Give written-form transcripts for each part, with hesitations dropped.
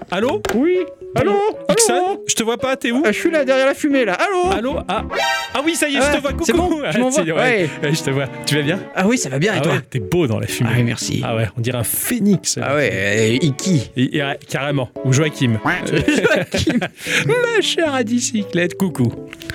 Allô? Oui. Allô? Ixon? Je te vois pas, t'es où? Je suis là, derrière la fumée, là. Allô? Ah oui, ça y est, je te vois, coucou. C'est bon, tu m'envoies? Ouais, je te vois. Tu vas bien? Ah oui, ça va bien, et toi? Ouais, t'es beau dans la fumée. Ah oui, merci. Ah ouais, on dirait un phénix. Ah ouais, Iki. Et carrément. Ou Joachim. Joachim. Ma chère à bicyclette, coucou.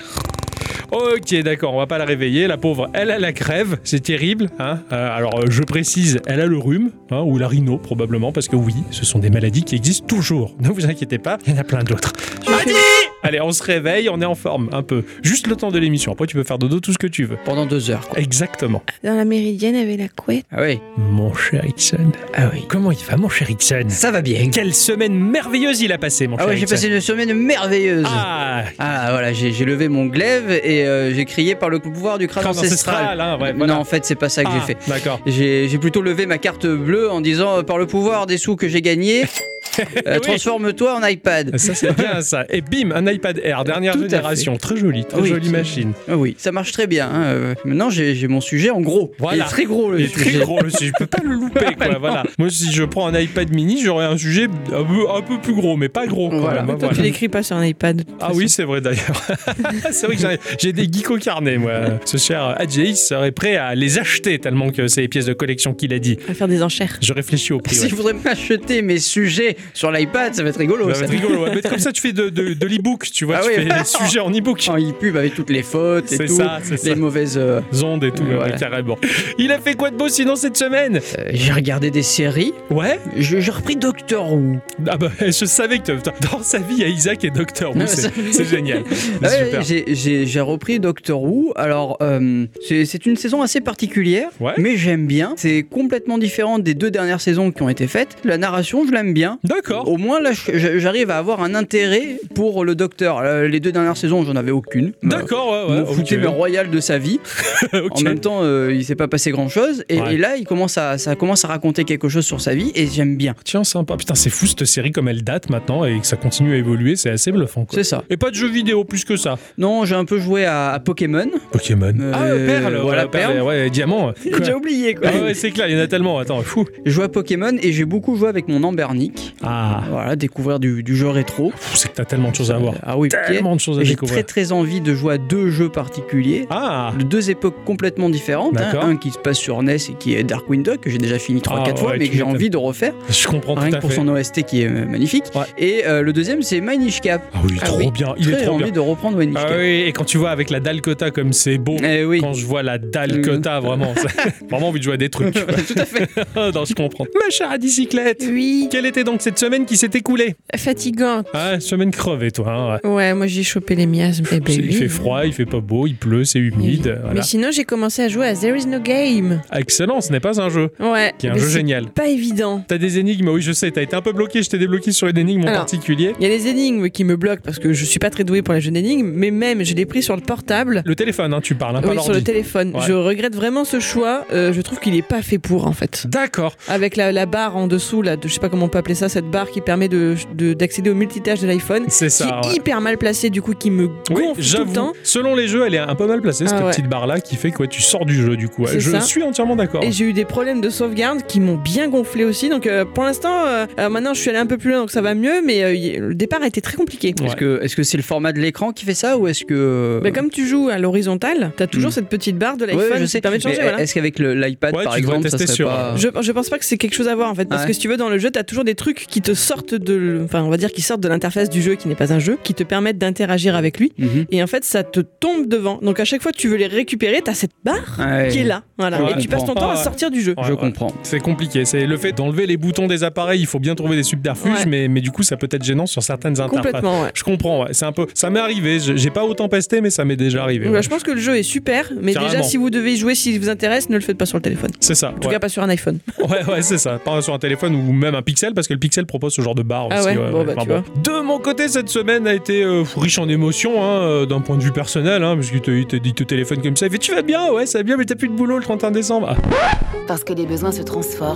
Ok, d'accord, on va pas la réveiller. La pauvre, elle a la crève, c'est terrible. Hein. Alors, je précise, elle a le rhume, hein, ou la rhino probablement, parce que oui, ce sont des maladies qui existent toujours. Ne vous inquiétez pas, il y en a plein d'autres. Allez, on se réveille, on est en forme, un peu. Juste le temps de l'émission. Après, tu peux faire dodo tout ce que tu veux. Pendant 2 heures, quoi. Exactement. Dans la méridienne, il y avait la couette. Ah oui. Mon cher Ixon. Ah oui. Comment il va, mon cher Ixon? Ça va bien. Quelle semaine merveilleuse il a passé, mon cher Ah ouais, j'ai Ixon. passé une semaine merveilleuse. Ah, Voilà, j'ai levé mon glaive et j'ai crié par le pouvoir du crâne ancestral. Hein, ouais, voilà. Non, en fait, c'est pas ça que j'ai fait. D'accord. J'ai plutôt levé ma carte bleue en disant par le pouvoir des sous que j'ai gagnés, transforme-toi en iPad. Ça, c'est bien ça. Et bim, un iPad Air, dernière Tout à génération. Très jolie machine. Ah oui, ça marche très bien. Hein. Maintenant, j'ai mon sujet en gros. Voilà. Il est très gros le Il est sujet. très gros le sujet, je peux pas le louper quoi, voilà. Moi si je prends un iPad mini, j'aurais un sujet un peu plus gros, mais pas gros quoi. Voilà. Toi, tu l'écris pas sur un iPad. de toute Ah façon. oui, c'est vrai d'ailleurs. C'est vrai que j'ai des geeks au carnet, moi. Ce cher Adjaïs serait prêt à les acheter tellement que c'est les pièces de collection qu'il a dit. À faire des enchères. Je réfléchis au prix. Si je voudrais m'acheter mes sujets sur l'iPad, ça va être rigolo. Ça va être rigolo. Ouais. Mais comme ça, tu fais de l'e-book, tu vois. Ah tu oui. fais les sujets en e-book. En e-pub avec toutes les fautes et C'est tout, ça, c'est les ça. mauvaises. Ondes et tout, Voilà. ouais, carrément. Il a fait quoi de beau sinon cette semaine? J'ai regardé des séries. Ouais. J'ai repris Doctor Who. Ah bah, je savais que dans sa vie, il y a Isaac et Doctor Who. Non, C'est génial. C'est Ouais, super. j'ai repris Doctor Who. Alors, c'est une saison assez particulière, Ouais. mais j'aime bien. C'est complètement différent des 2 dernières saisons qui ont été faites. La narration, je l'aime bien. D'accord. Au moins, là, j'arrive à avoir un intérêt pour le Docteur. Les 2 dernières saisons, j'en avais aucune. D'accord, ouais. M'en foutais mais royal de sa vie. Ok. En même temps, il s'est pas passé grand chose. Ouais. Et là, ça commence à raconter quelque chose sur sa vie et j'aime bien. Tiens, sympa. Putain, c'est fou cette série comme elle date maintenant et que ça continue à évoluer, c'est assez bluffant quoi. C'est ça. Et pas de jeux vidéo plus que ça. Non, j'ai un peu joué à Pokémon. Pokémon. Perle, voilà, Perle. Ouais, diamant. J'ai déjà oublié quoi. Ah ouais, c'est clair, il y en a tellement. Attends, fou. J'ai joué à Pokémon et j'ai beaucoup joué avec mon Ambernic. Ah, Voilà, découvrir du jeu rétro. c'est que t'as tellement de choses à voir. Ah oui, Tellement de choses à j'ai découvrir. très envie de jouer à 2 jeux particuliers. Ah, De 2 époques complètement différentes. D'accord. Un qui se passe sur NES et qui est Darkwing Duck, que j'ai déjà fini 3-4 fois, ouais, mais tu que j'ai m'étonnes. envie de refaire. je comprends Rien tout que à pour fait. son OST qui est magnifique. Ouais. Et le deuxième, c'est Minish Cap. Ah oui, trop bien. Il est Très trop envie bien. de reprendre Minish Ah Cap. oui, et quand tu vois avec la Dalcota comme c'est beau. Eh oui. Quand je vois la Dalcota, vraiment, vraiment envie de jouer à des trucs. Tout à fait. Non, je comprends. Ma chère à bicyclette, Oui, quelle était donc cette semaine qui s'est écoulée? fatigante. Ah, semaine crevée, toi. Hein, ouais. Ouais, moi j'ai chopé les miasmes. Eh ben Il oui. fait froid, il fait pas beau, il pleut, c'est humide. Voilà. Mais sinon, j'ai commencé à jouer à There is no game. Excellent, ce n'est pas un jeu. Ouais. Qui est un mais jeu c'est génial. Pas évident. T'as des énigmes, oui, je sais, t'as été un peu bloqué, je t'ai débloqué sur une énigme en Alors, particulier. Il y a des énigmes qui me bloquent parce que je suis pas très douée pour les jeux d'énigmes, mais même je l'ai pris sur le portable. Le téléphone, hein, tu parles, hein, pas Oui, sur le l'ordi. téléphone. Ouais. Je regrette vraiment ce choix. Je trouve qu'il est pas fait pour en fait. D'accord. Avec la barre en dessous, là, je sais pas comment on peut appeler ça, cette barre qui permet d'accéder au multitâche de l'iPhone. C'est ça, Qui est ouais. hyper mal placée, du coup, qui me Oui, gonfle tout le j'avoue. temps. Selon les jeux, elle est un peu mal placée, cette Ah ouais. petite barre-là, qui fait que ouais, tu sors du jeu, du coup. Ouais, C'est je ça. suis entièrement d'accord. Et j'ai eu des problèmes de sauvegarde qui m'ont bien gonflé aussi. Donc pour l'instant, maintenant je suis allé un peu plus loin, donc ça va mieux, mais le départ a été très compliqué. Ouais. Est-ce que c'est le format de l'écran qui fait ça ou est-ce que. Bah, comme tu joues à l'horizontale, t'as toujours cette petite barre de Ouais, l'iPhone je qui sais. te permet de changer. Mais Voilà. est-ce qu'avec l'iPad Ouais, par tu devrais exemple, ça tester serait sur, pas. Je pense pas que c'est quelque chose à voir en fait, parce Ouais. que si tu veux, dans le jeu, t'as toujours des trucs qui te sortent enfin on va dire qui sortent de l'interface du jeu qui n'est pas un jeu, qui te permettent d'interagir avec lui. Mhm. Et en fait, ça te tombe devant. Donc à chaque fois que tu veux les récupérer, t'as cette barre Ouais. qui est là. Voilà. Ouais, et tu passes ton comprends. temps à Ouais. sortir du jeu. Ouais, Je ouais. comprends. C'est compliqué, c'est le fait d'enlever les boutons des appareils, il faut bien trouver des subterfuges, Ouais. mais du coup ça peut être gênant sur certaines interfaces. Complètement, ouais. Je comprends, ouais. C'est un peu, ça m'est arrivé, j'ai pas autant pesté, mais ça m'est déjà arrivé. Bah, ouais. je pense que le jeu est super, mais Carrément. déjà si vous devez y jouer, si vous intéresse, ne le faites pas sur le téléphone. C'est ça. En tout cas, pas sur un iPhone. Ouais, c'est ça. Pas sur un téléphone ou même un Pixel, parce que le Pixel propose ce genre de barre Ah aussi. ouais, bon, bah, Enfin, tu vois. De mon côté, cette semaine a été riche en émotions, hein, d'un point de vue personnel, hein, parce qu'il te dit au téléphone comme ça, il fait tu vas bien, ouais, ça va bien, mais t'as plus de boulot le 31 décembre. Ah. Parce que les besoins se transforment,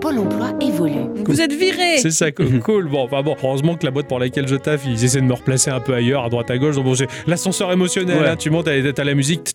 Pôle emploi évolue. Vous êtes viré. C'est ça, cool. Bon, heureusement que la boîte pour laquelle je taffe, ils essaient de me replacer un peu ailleurs, à droite, à gauche. Donc bon, c'est l'ascenseur émotionnel. Ouais. Hein, tu montes, t'as la musique.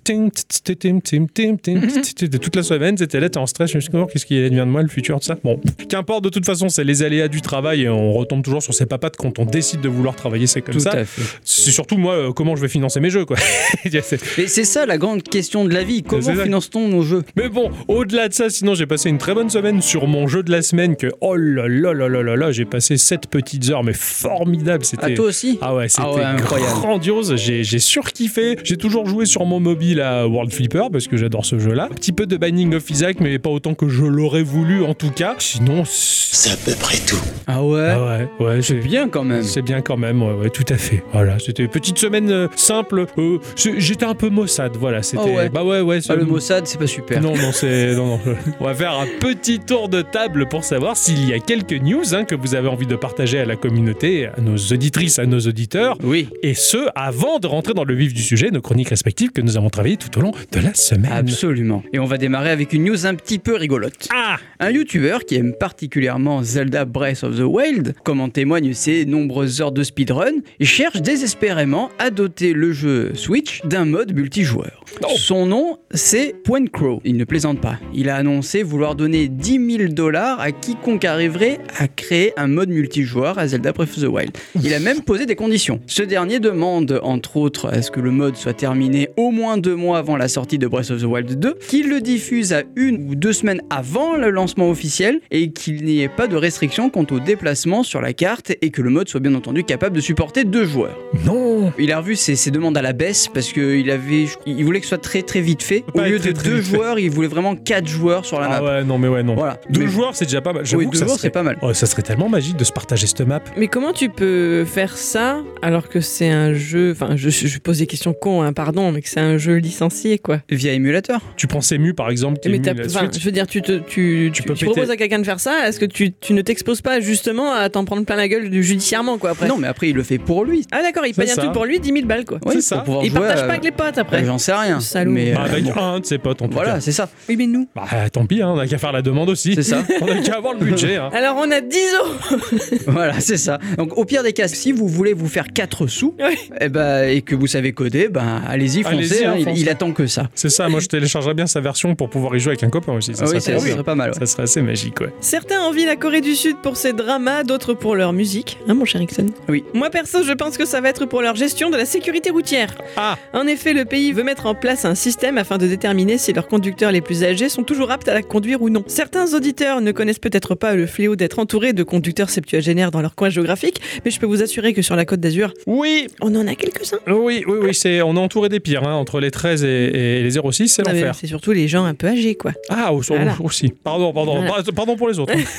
Toute la semaine, t'es là, t'es en stress. Je me suis dit, qu'est-ce qui vient de moi, le futur, de ça. Bon, qu'importe, de toute façon, c'est les aléas du travail et on retombe toujours sur ses papates quand on décide de vouloir travailler, c'est comme Tout ça. à fait. C'est surtout moi, comment je vais financer mes jeux, quoi. Et c'est ça la grande question de la vie. Comment C'est ça. finance-t-on nos jeux? Mais bon, au-delà de ça, sinon j'ai passé une très bonne semaine sur mon jeu de la semaine que, oh là là là là là là, j'ai passé 7 petites heures, mais formidable, c'était... Ah, toi aussi? Ah ouais, c'était incroyable. grandiose, j'ai surkiffé, j'ai toujours joué sur mon mobile à World Flipper parce que j'adore ce jeu-là. Un petit peu de Binding of Isaac, mais pas autant que je l'aurais voulu en tout cas. Sinon, C'est à peu près tout. Ah ouais? ouais, C'est bien quand même. c'est bien quand même, ouais, tout à fait. Voilà, c'était une petite semaine simple. J'étais un peu maussade, voilà, c'était... Oh ouais. Bah ouais, Ah, le Mossad, c'est pas super. Non, c'est... Non. On va faire un petit tour de table pour savoir s'il y a quelques news que vous avez envie de partager à la communauté, à nos auditrices, à nos auditeurs. Oui. Et ce, avant de rentrer dans le vif du sujet, nos chroniques respectives que nous avons travaillées tout au long de la semaine. Absolument. Et on va démarrer avec une news un petit peu rigolote. Ah! Un youtubeur qui aime particulièrement Zelda Breath of the Wild, comme en témoignent ses nombreuses heures de speedrun, cherche désespérément à doter le jeu Switch d'un mode multijoueur. Oh. Son nom, c'est Point Crow. Il ne plaisante pas. Il a annoncé vouloir donner $10,000 à quiconque arriverait à créer un mode multijoueur à Zelda Breath of the Wild. Il a même posé des conditions. Ce dernier demande, entre autres, à ce que le mode soit terminé au moins 2 mois avant la sortie de Breath of the Wild 2, qu'il le diffuse à 1 ou 2 semaines avant le lancement officiel et qu'il n'y ait pas de restriction quant au déplacement sur la carte et que le mode soit bien entendu capable de supporter 2 joueurs. Non! Il a revu ses demandes à la baisse parce qu'il voulait que ce soit très très vite fait. Au Pas lieu très, de très 2 vite fait. joueurs, il voulait vraiment 4 joueurs sur la map. Ah ouais, non. Voilà. 2 Mais- joueurs, c'est déjà pas mal. J'avoue Oui, que 2 ça joueurs, serait... c'est pas mal. Oh, ça serait tellement magique de se partager cette map. Mais comment tu peux faire ça alors que c'est un jeu... Enfin, je pose des questions cons, hein, pardon, mais que c'est un jeu licencié, quoi. Via émulateur. Tu prends Cemu par exemple, qui Mais émule la enfin, Switch. je veux dire, tu peux proposes péter. à quelqu'un de faire ça, est-ce que tu ne t'exposes pas justement à t'en prendre plein la gueule judiciairement, quoi, après? Non, mais après, il le fait pour lui. Ah d'accord, il C'est paye un ça. truc pour lui, 10 000 balles, quoi. Oui, C'est ça. pour pouvoir Il jouer partage à- pas avec les potes, après. J'en sais rien. Salaud. Mais Avec bon. un de ses potes en tout Voilà, cas. c'est ça. Oui, mais nous. Bah tant pis, on a qu'à faire la demande aussi. C'est ça. On a qu'à avoir le budget. Hein. Alors, on a 10 euros. Voilà, c'est ça. Donc, au pire des cas, si vous voulez vous faire 4 sous, Oui. et que vous savez coder, allez-y, foncez. Allez-y, hein, il foncez. attend que ça. C'est ça, moi je téléchargerais bien sa version pour pouvoir y jouer avec un copain aussi. Ça Ah serait oui, ça trop bien. serait pas mal. ouais. Ça serait assez magique, ouais. Certains envient la Corée du Sud pour ses dramas, d'autres pour leur musique. Hein, mon cher Ixon? Oui. Moi, perso, je pense que ça va être pour leur gestion de la sécurité routière. Ah! En effet, le pays veut mettre en place un système afin de déterminer si leurs conducteurs les plus âgés sont toujours aptes à la conduire ou non. Certains auditeurs ne connaissent peut-être pas le fléau d'être entourés de conducteurs septuagénaires dans leur coin géographique, mais je peux vous assurer que sur la Côte d'Azur, Oui! on en a quelques-uns. Oui, on est entouré des pires, hein, entre les 13 et les 06, c'est Non, mais l'enfer. c'est surtout les gens un peu âgés, quoi. Ah, Voilà. aussi. Pardon, Voilà. pardon pour les autres. hein.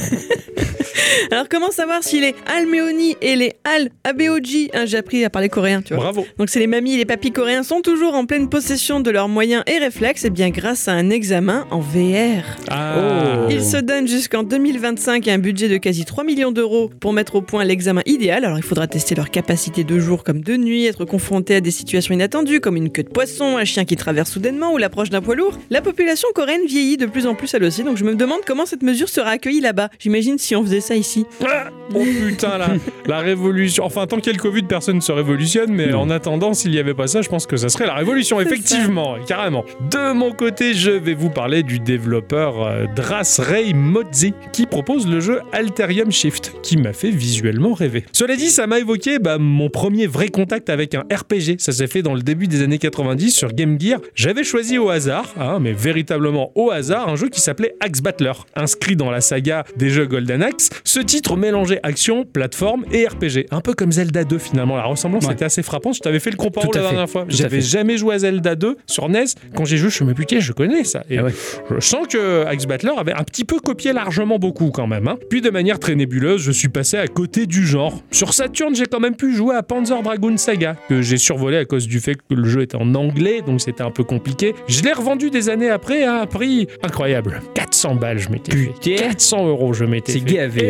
Alors, comment savoir si les Almeoni et les Al-Abeoji, hein, j'ai appris à parler coréen, tu vois. Bravo. Donc c'est les mamies et les papis coréens sont toujours en pleine possession de leurs moyens et réflexes, et bien grâce à un examen en VR. Ah. Ils se donnent jusqu'en 2025 un budget de quasi 3 millions d'euros pour mettre au point l'examen idéal. Alors il faudra tester leur capacité de jour comme de nuit, être confronté à des situations inattendues comme une queue de poisson, un chien qui traverse soudainement ou l'approche d'un poids lourd. La population coréenne vieillit de plus en plus elle aussi, donc je me demande comment cette mesure sera accueillie là-bas. J'imagine si on faisait ça ici. Ah, oh putain, la révolution. Enfin, tant qu'il y a le Covid, personne ne se révolutionne, mais en attendant, s'il n'y avait pas ça, je pense que ça serait la révolution, C'est effectivement, carrément. De mon côté, je vais vous parler du développeur Drasray Modzi, qui propose le jeu Alterium Shift, qui m'a fait visuellement rêver. Cela dit, ça m'a évoqué mon premier vrai contact avec un RPG. Ça s'est fait dans le début des années 90 sur Game Gear. J'avais choisi au hasard, mais véritablement au hasard, un jeu qui s'appelait Axe Battler, inscrit dans la saga des jeux Golden Axe. Ce titre mélangeait action, plateforme et RPG. Un peu comme Zelda 2 finalement. La ressemblance Ouais. était assez frappante. Je t'avais fait le comparo Tout à la fait. dernière fois. Tout à J'avais fait. jamais joué à Zelda 2 sur NES. Quand j'ai joué, je me suis dit, putain, je connais ça. Et Ah ouais. je sens que Axe Battler avait un petit peu copié largement beaucoup quand même. Hein. Puis de manière très nébuleuse, je suis passé à côté du genre. Sur Saturn, j'ai quand même pu jouer à Panzer Dragoon Saga, que j'ai survolé à cause du fait que le jeu était en anglais, donc c'était un peu compliqué. Je l'ai revendu des années après à un prix incroyable. 400 balles, je m'étais fait. Putain. 400 euros, je m'étais C'est fait. gavé, Et ouais.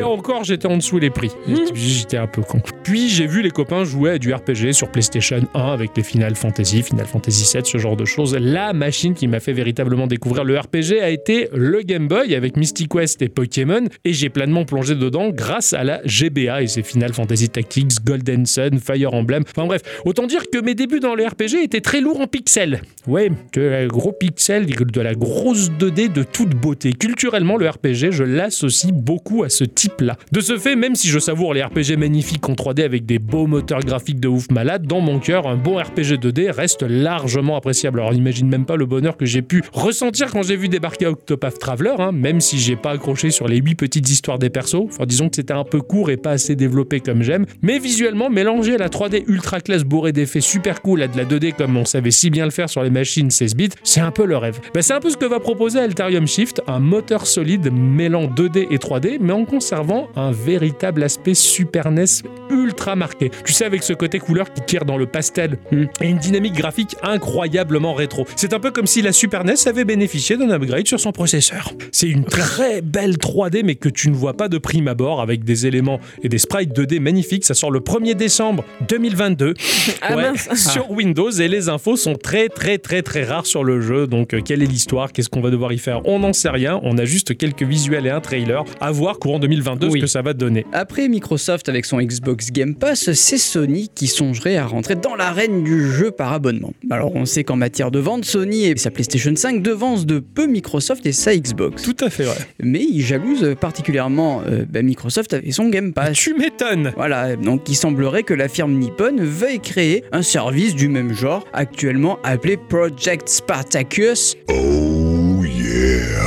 encore, j'étais en dessous les prix. J'étais un peu con. Puis j'ai vu les copains jouer à du RPG sur PlayStation 1 avec les Final Fantasy 7, ce genre de choses. La machine qui m'a fait véritablement découvrir le RPG a été le Game Boy avec Mystic Quest et Pokémon, et j'ai pleinement plongé dedans grâce à la GBA et ses Final Fantasy Tactics, Golden Sun, Fire Emblem. Enfin bref, autant dire que mes débuts dans les RPG étaient très lourds en pixels. Ouais, de la gros pixels, de la grosse 2D de toute beauté. Culturellement, le RPG, je l'associe beaucoup à ce type-là. De ce fait, même si je savoure les RPG magnifiques en 3D avec des beaux moteurs graphiques de ouf malade, dans mon cœur, un bon RPG 2D reste largement appréciable. Alors, imagine même pas le bonheur que j'ai pu ressentir quand j'ai vu débarquer Octopath Traveler, même si j'ai pas accroché sur les 8 petites histoires des persos. Enfin, disons que c'était un peu court et pas assez développé comme j'aime. Mais visuellement, mélanger la 3D ultra classe bourrée d'effets super cool à de la 2D comme on savait si bien le faire sur les machines 16 bits, c'est un peu le rêve. C'est un peu ce que va proposer Altarium Shift, un moteur solide mêlant 2D et 3D, mais en conservant un véritable aspect Super NES ultra marqué. Tu sais, avec ce côté couleur qui tire dans le pastel et une dynamique graphique incroyablement rétro. C'est un peu comme si la Super NES avait bénéficié d'un upgrade sur son processeur. C'est une très belle 3D, mais que tu ne vois pas de prime abord, avec des éléments et des sprites 2D magnifiques. Ça sort le 1er décembre 2022 sur Windows, et les infos sont très rares sur le jeu. Donc quelle est l'histoire? Qu'est-ce qu'on va devoir y faire? On n'en sait rien. On a juste quelques visuels et un trailer. À voir courant 2022 ce que ça va donner. Après Microsoft avec son Xbox Game Pass, c'est Sony qui songerait à rentrer dans l'arène du jeu par abonnement. Alors on sait qu'en matière de vente, Sony et sa PlayStation 5 devancent de peu Microsoft et sa Xbox. Tout à fait vrai. Mais ils jalousent particulièrement Microsoft avec son Game Pass. Tu m'étonnes. Voilà, donc il semblerait que la firme Nippon veuille créer un service du même genre, actuellement appelé Project Spartacus. Oh yeah.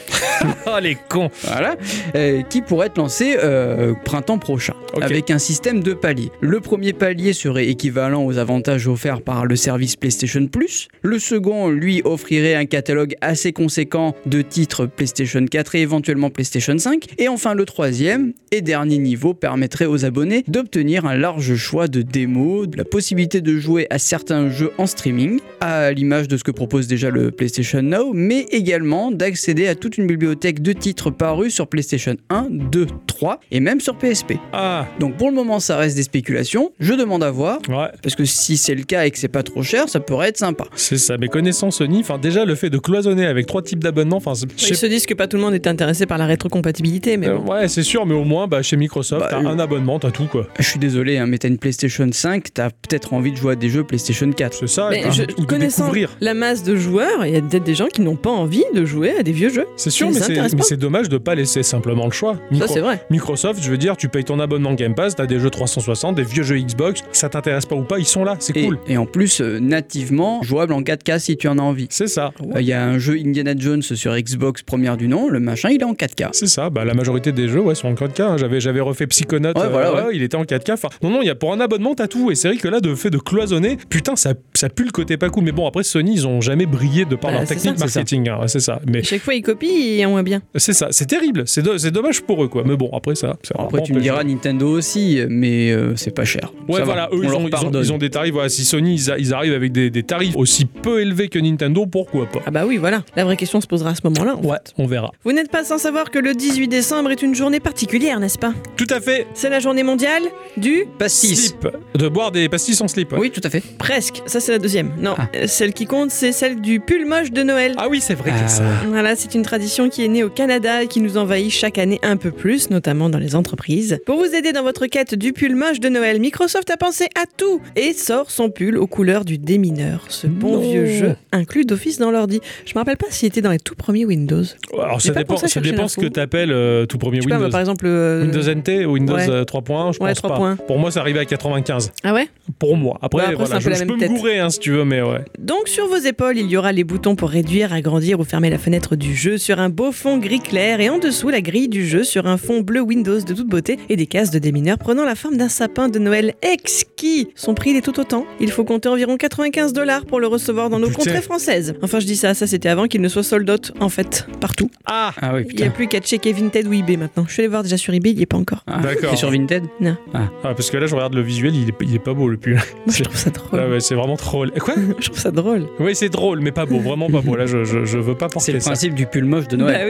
Oh les cons. Voilà, qui pourrait être lancé printemps prochain, avec un système de paliers. Le premier palier serait équivalent aux avantages offerts par le service PlayStation Plus. Le second, lui, offrirait un catalogue assez conséquent de titres PlayStation 4 et éventuellement PlayStation 5. Et enfin, le troisième et dernier niveau permettrait aux abonnés d'obtenir un large choix de démos, de la possibilité de jouer à certains jeux en streaming, à l'image de ce que propose déjà le PlayStation Now, mais également d'accéder à toute une bibliothèque de titres parus sur PlayStation 1, 2, 3 et même sur PSP. Donc pour le moment ça reste des spéculations, je demande à voir, parce que si c'est le cas et que c'est pas trop cher, ça pourrait être sympa. C'est ça, mais connaissant Sony, déjà le fait de cloisonner avec 3 types d'abonnements, ils se disent que pas tout le monde est intéressé par la rétrocompatibilité, mais bon. Ouais, c'est sûr, mais au moins chez Microsoft, t'as un abonnement, t'as tout quoi. Je suis désolé, mais t'as une PlayStation 5, t'as peut-être envie de jouer à des jeux PlayStation 4. C'est ça, ou de découvrir. La masse de joueurs, il y a peut-être des gens qui n'ont pas envie de jouer à des vieux jeux. C'est sûr, mais c'est dommage de pas laisser simplement le choix. Ça c'est vrai. Microsoft, je veux dire, tu payes ton abonnement Game Pass, t'as des jeux 360, des vieux jeux Xbox, ça t'intéresse pas ou pas, ils sont là, c'est cool. Et en plus, nativement, jouable en 4K si tu en as envie. C'est ça. Il y a un jeu Indiana Jones sur Xbox première du nom, le machin, il est en 4K. C'est ça, la majorité des jeux sont en 4K. J'avais refait Psychonaut, il était en 4K. Non, pour un abonnement, t'as tout. Et c'est vrai que là, de fait de cloisonner, putain, ça pue le côté pas cool. Mais bon, après, Sony, ils ont jamais brillé de par leur technique marketing. C'est ça. Mais chaque fois, ils copient et on voit bien. C'est ça, c'est terrible. C'est dommage pour eux, quoi. Mais bon, après ça. Après, tu me diras Nintendo aussi, mais c'est pas cher. Ouais, voilà, eux, ils ont des tarifs. Voilà, si Sony, ils arrivent avec des tarifs aussi peu élevés que Nintendo, pourquoi pas? Ah bah oui, voilà. La vraie question se posera à ce moment-là. On verra. Vous n'êtes pas sans savoir que le 18 décembre est une journée particulière, n'est-ce pas? Tout à fait. C'est la journée mondiale du pastis. Slip. De boire des pastis en slip. Oui, tout à fait. Presque. Ça, c'est la deuxième. Non, celle qui compte, c'est celle du pull moche de Noël. Ah oui, c'est vrai que ça. Voilà, c'est une tradition qui est née au Canada et qui nous envahit chaque année un peu plus, notamment dans les entreprises. Pour vous aider dans votre quête du pull moche de Noël, Microsoft a pensé à tout et sort son pull aux couleurs du démineur. Ce bon vieux jeu inclus d'office dans l'ordi. Je me rappelle pas s'il était dans les tout premiers Windows. Alors ça dépend ce que t'appelles tout premier Windows. Par exemple Windows NT ou Windows 3.1, je pense 3 pas. Pour moi, ça arrivait à 95. Ah ouais? Pour moi. Après voilà, je peux me gourer si tu veux, mais ouais. Donc sur vos épaules, il y aura les boutons pour réduire, agrandir ou fermer la fenêtre du jeu sur un beau fond gris clair et en dessous la grille du jeu sur un fond bleu Windows de toute beauté et des cases de démineur prenant la forme d'un sapin de Noël exquis. Son prix il est tout autant. Il faut compter environ 95$ pour le recevoir dans nos contrées françaises. Enfin je dis ça c'était avant qu'il ne soit sold out en fait, partout. Ah oui, putain. Il n'y a plus qu'à checker Vinted ou eBay maintenant. Je suis allé voir déjà sur eBay, il n'y est pas encore. D'accord. C'est sur Vinted? Non. Parce que là je regarde le visuel, il est pas beau le pull. Moi je trouve ça drôle. Ah ouais, c'est vraiment drôle. Quoi? Je trouve ça drôle. Oui, c'est drôle, mais pas beau, vraiment pas beau. Là je veux pas porter ça. C'est le principe du pull moche de Noël. Bah oui.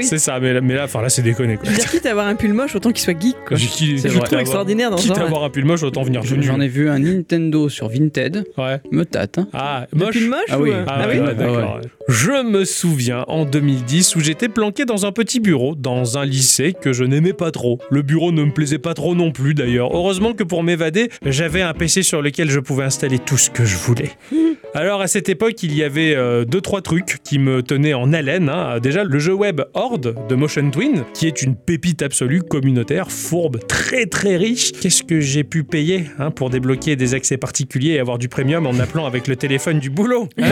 C'est ça, mais là, c'est déconné, quoi. Je veux dire, quitte à avoir un pull moche, autant qu'il soit geek, quoi. C'est Je le trouve extraordinaire dans ce Quitte à genre. avoir un pull moche, autant venir tout nu. J'en ai vu un Nintendo sur Vinted. Ouais. Me tâte. Hein. Ah, Le moche. pull moche Ah ou, oui. Ah oui. ouais, d'accord. Je me souviens en 2010 où j'étais planqué dans un petit bureau dans un lycée que je n'aimais pas trop. Le bureau ne me plaisait pas trop non plus d'ailleurs. Heureusement que pour m'évader, j'avais un PC sur lequel je pouvais installer tout ce que je voulais. Alors à cette époque, il y avait 2-3 trucs qui me tenaient en haleine. Hein. Déjà, le jeu web Horde de Motion Twin, qui est une pépite absolue, communautaire, fourbe, très très riche. Qu'est-ce que j'ai pu payer pour débloquer des accès particuliers et avoir du premium en appelant avec le téléphone du boulot, hein.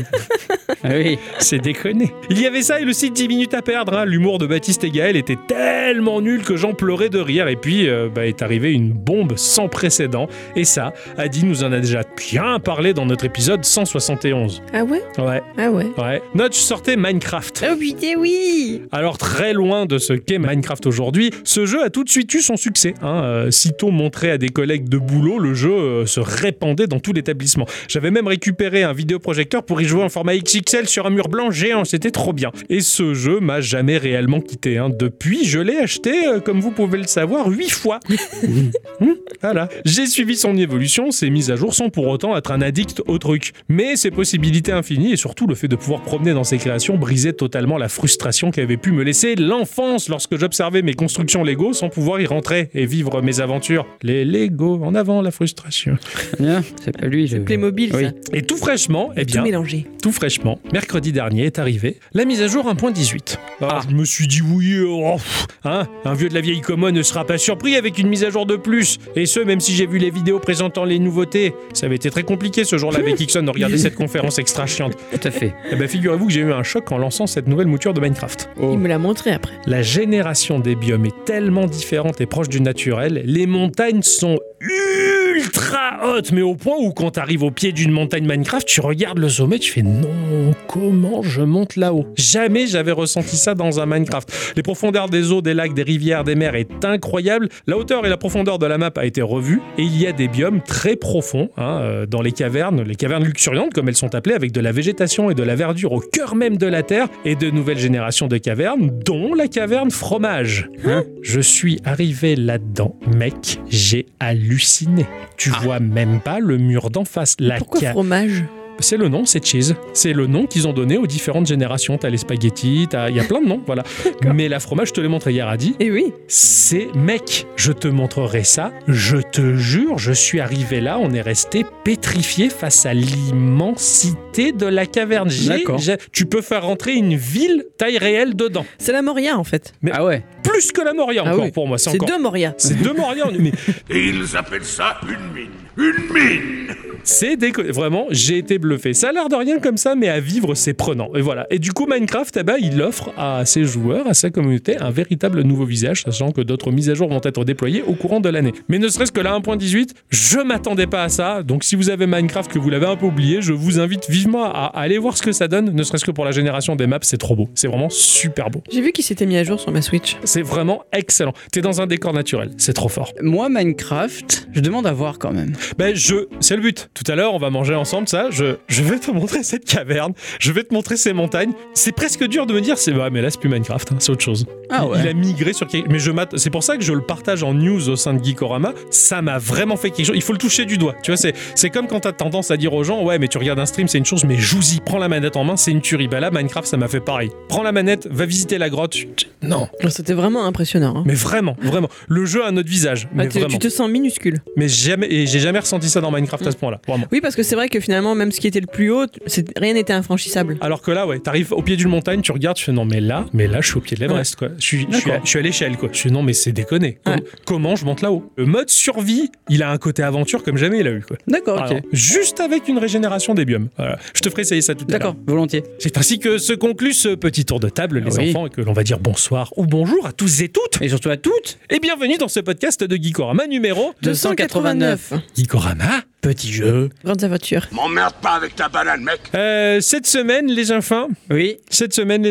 Oui. C'est déconné. Il y avait ça et le site 10 minutes à perdre. Hein. L'humour de Baptiste et Gaël était tellement nul que j'en pleurais de rire. Et puis est arrivée une bombe sans précédent. Et ça, Adi nous en a déjà bien parlé dans notre épisode 171. Ah ouais? Ouais. Ah ouais. Ouais. Notch sortait Minecraft. Oh putain, oui! Alors très loin de ce qu'est Minecraft aujourd'hui, ce jeu a tout de suite eu son succès. Sitôt montré à des collègues de boulot, le jeu se répandait dans tout l'établissement. J'avais même récupéré un vidéoprojecteur pour y jouer en format XXL sur un mur blanc géant, c'était trop bien. Et ce jeu m'a jamais réellement quitté. Depuis, je l'ai acheté, comme vous pouvez le savoir, 8 fois. Voilà. J'ai suivi son évolution, ses mises à jour sans pour autant être un addict au truc. Mais ses possibilités infinies et surtout le fait de pouvoir promener dans ses créations brisait totalement la frustration qu'avait pu me laisser l'enfance lorsque j'observais mes constructions Lego sans pouvoir y rentrer et vivre mes aventures. Les Lego, en avant la frustration. Bien, c'est pas lui. C'est Playmobil, Oui. ça. Et tout fraîchement, Tout mélangé. tout fraîchement, mercredi dernier est arrivé la mise à jour 1.18. Je me suis dit oui, un vieux de la vieille commode ne sera pas surpris avec une mise à jour de plus. Et ce, même si j'ai vu les vidéos présentant les nouveautés. Ça avait été très compliqué ce jour-là avec Ixon de regarder cette conférence extra chiante. Tout à fait. Eh ben, figurez-vous que j'ai eu un choc en lançant cette nouvelle mouture de Minecraft. Oh. Il me l'a montré après. La génération des biomes est tellement différente et proche du naturel. Les montagnes sont ultra hautes, mais au point où quand t'arrives au pied d'une montagne Minecraft, tu regardes le sommet, tu fais non, comment je monte là-haut? Jamais j'avais ressenti ça dans un Minecraft. Les profondeurs des eaux, des lacs, des rivières, des mers est incroyable. La hauteur et la profondeur de la map a été revue et il y a des biomes très profonds dans les cavernes luxuriantes comme elles sont appelées, avec de la végétation et de la verdure au cœur même de la terre et de nouvelles générations de cavernes, dont la caverne fromage. Je suis arrivé là-dedans, mec, j'ai halluciné. Tu vois même pas le mur d'en face. Pourquoi fromage? C'est le nom, c'est cheese. C'est le nom qu'ils ont donné aux différentes générations. T'as les spaghettis, il y a plein de noms, voilà. Mais la fromage, je te l'ai montré hier, Adi. Eh oui. C'est, mec, je te montrerai ça. Je te jure, je suis arrivé là, on est resté pétrifié face à l'immensité de la caverne. D'accord. Tu peux faire rentrer une ville taille réelle dedans. C'est la Moria, en fait. Mais Ah ouais. plus que la Moria encore oui. pour moi. C'est encore... deux Moria. C'est deux Moria. Mais Et ils appellent ça une mine. Une mine! c'est vraiment, j'ai été bluffé. Ça a l'air de rien comme ça, mais à vivre, c'est prenant. Et voilà. Et du coup, Minecraft, il offre à ses joueurs, à sa communauté, un véritable nouveau visage, sachant que d'autres mises à jour vont être déployées au courant de l'année. Mais ne serait-ce que la 1.18, je m'attendais pas à ça. Donc si vous avez Minecraft, que vous l'avez un peu oublié, je vous invite vivement à aller voir ce que ça donne, ne serait-ce que pour la génération des maps, c'est trop beau. C'est vraiment super beau. J'ai vu qu'il s'était mis à jour sur ma Switch. C'est vraiment excellent. T'es dans un décor naturel, c'est trop fort. Moi, Minecraft, je demande à voir quand même. C'est le but. Tout à l'heure, on va manger ensemble ça. Je vais te montrer cette caverne. Je vais te montrer ces montagnes. C'est presque dur de me dire, mais là, c'est plus Minecraft, c'est autre chose. Ah ouais. Il a migré sur quelque... Mais c'est pour ça que je le partage en news au sein de Geekorama. Ça m'a vraiment fait quelque chose. Il faut le toucher du doigt. Tu vois, c'est comme quand t'as tendance à dire aux gens, ouais, mais tu regardes un stream, c'est une chose, mais joue-y, prends la manette en main, c'est une tuerie. Là, Minecraft, ça m'a fait pareil. Prends la manette, va visiter la grotte. Non. C'était vraiment impressionnant. Hein. Mais vraiment. Le jeu a un autre visage. Mais vraiment. Tu te sens minuscule. Mais j'ai jamais ressenti ça dans Minecraft à ce point-là. Vraiment. Oui, parce que c'est vrai que finalement, même ce qui était le plus haut, rien n'était infranchissable. Alors que là, ouais, t'arrives au pied d'une montagne, tu regardes, tu fais non, mais là, je suis au pied de l'Everest, quoi. Je suis à l'échelle, quoi. Je fais non, mais c'est déconné. Comment je monte là-haut? Le mode survie, il a un côté aventure comme jamais il a eu, quoi. D'accord, ok. Alors, juste avec une régénération des biomes. Voilà. Je te ferai essayer ça tout à l'heure. D'accord, volontiers. C'est ainsi que se conclut ce petit tour de table, les enfants, et que l'on va dire bonsoir ou bonjour à tous et toutes. Et surtout à toutes. Et bienvenue dans ce podcast de Geekorama numéro 289. Geekorama, petit jeu. Grandes aventures. M'emmerde pas avec ta banane, mec. Cette semaine, les enfants. Oui. Cette semaine,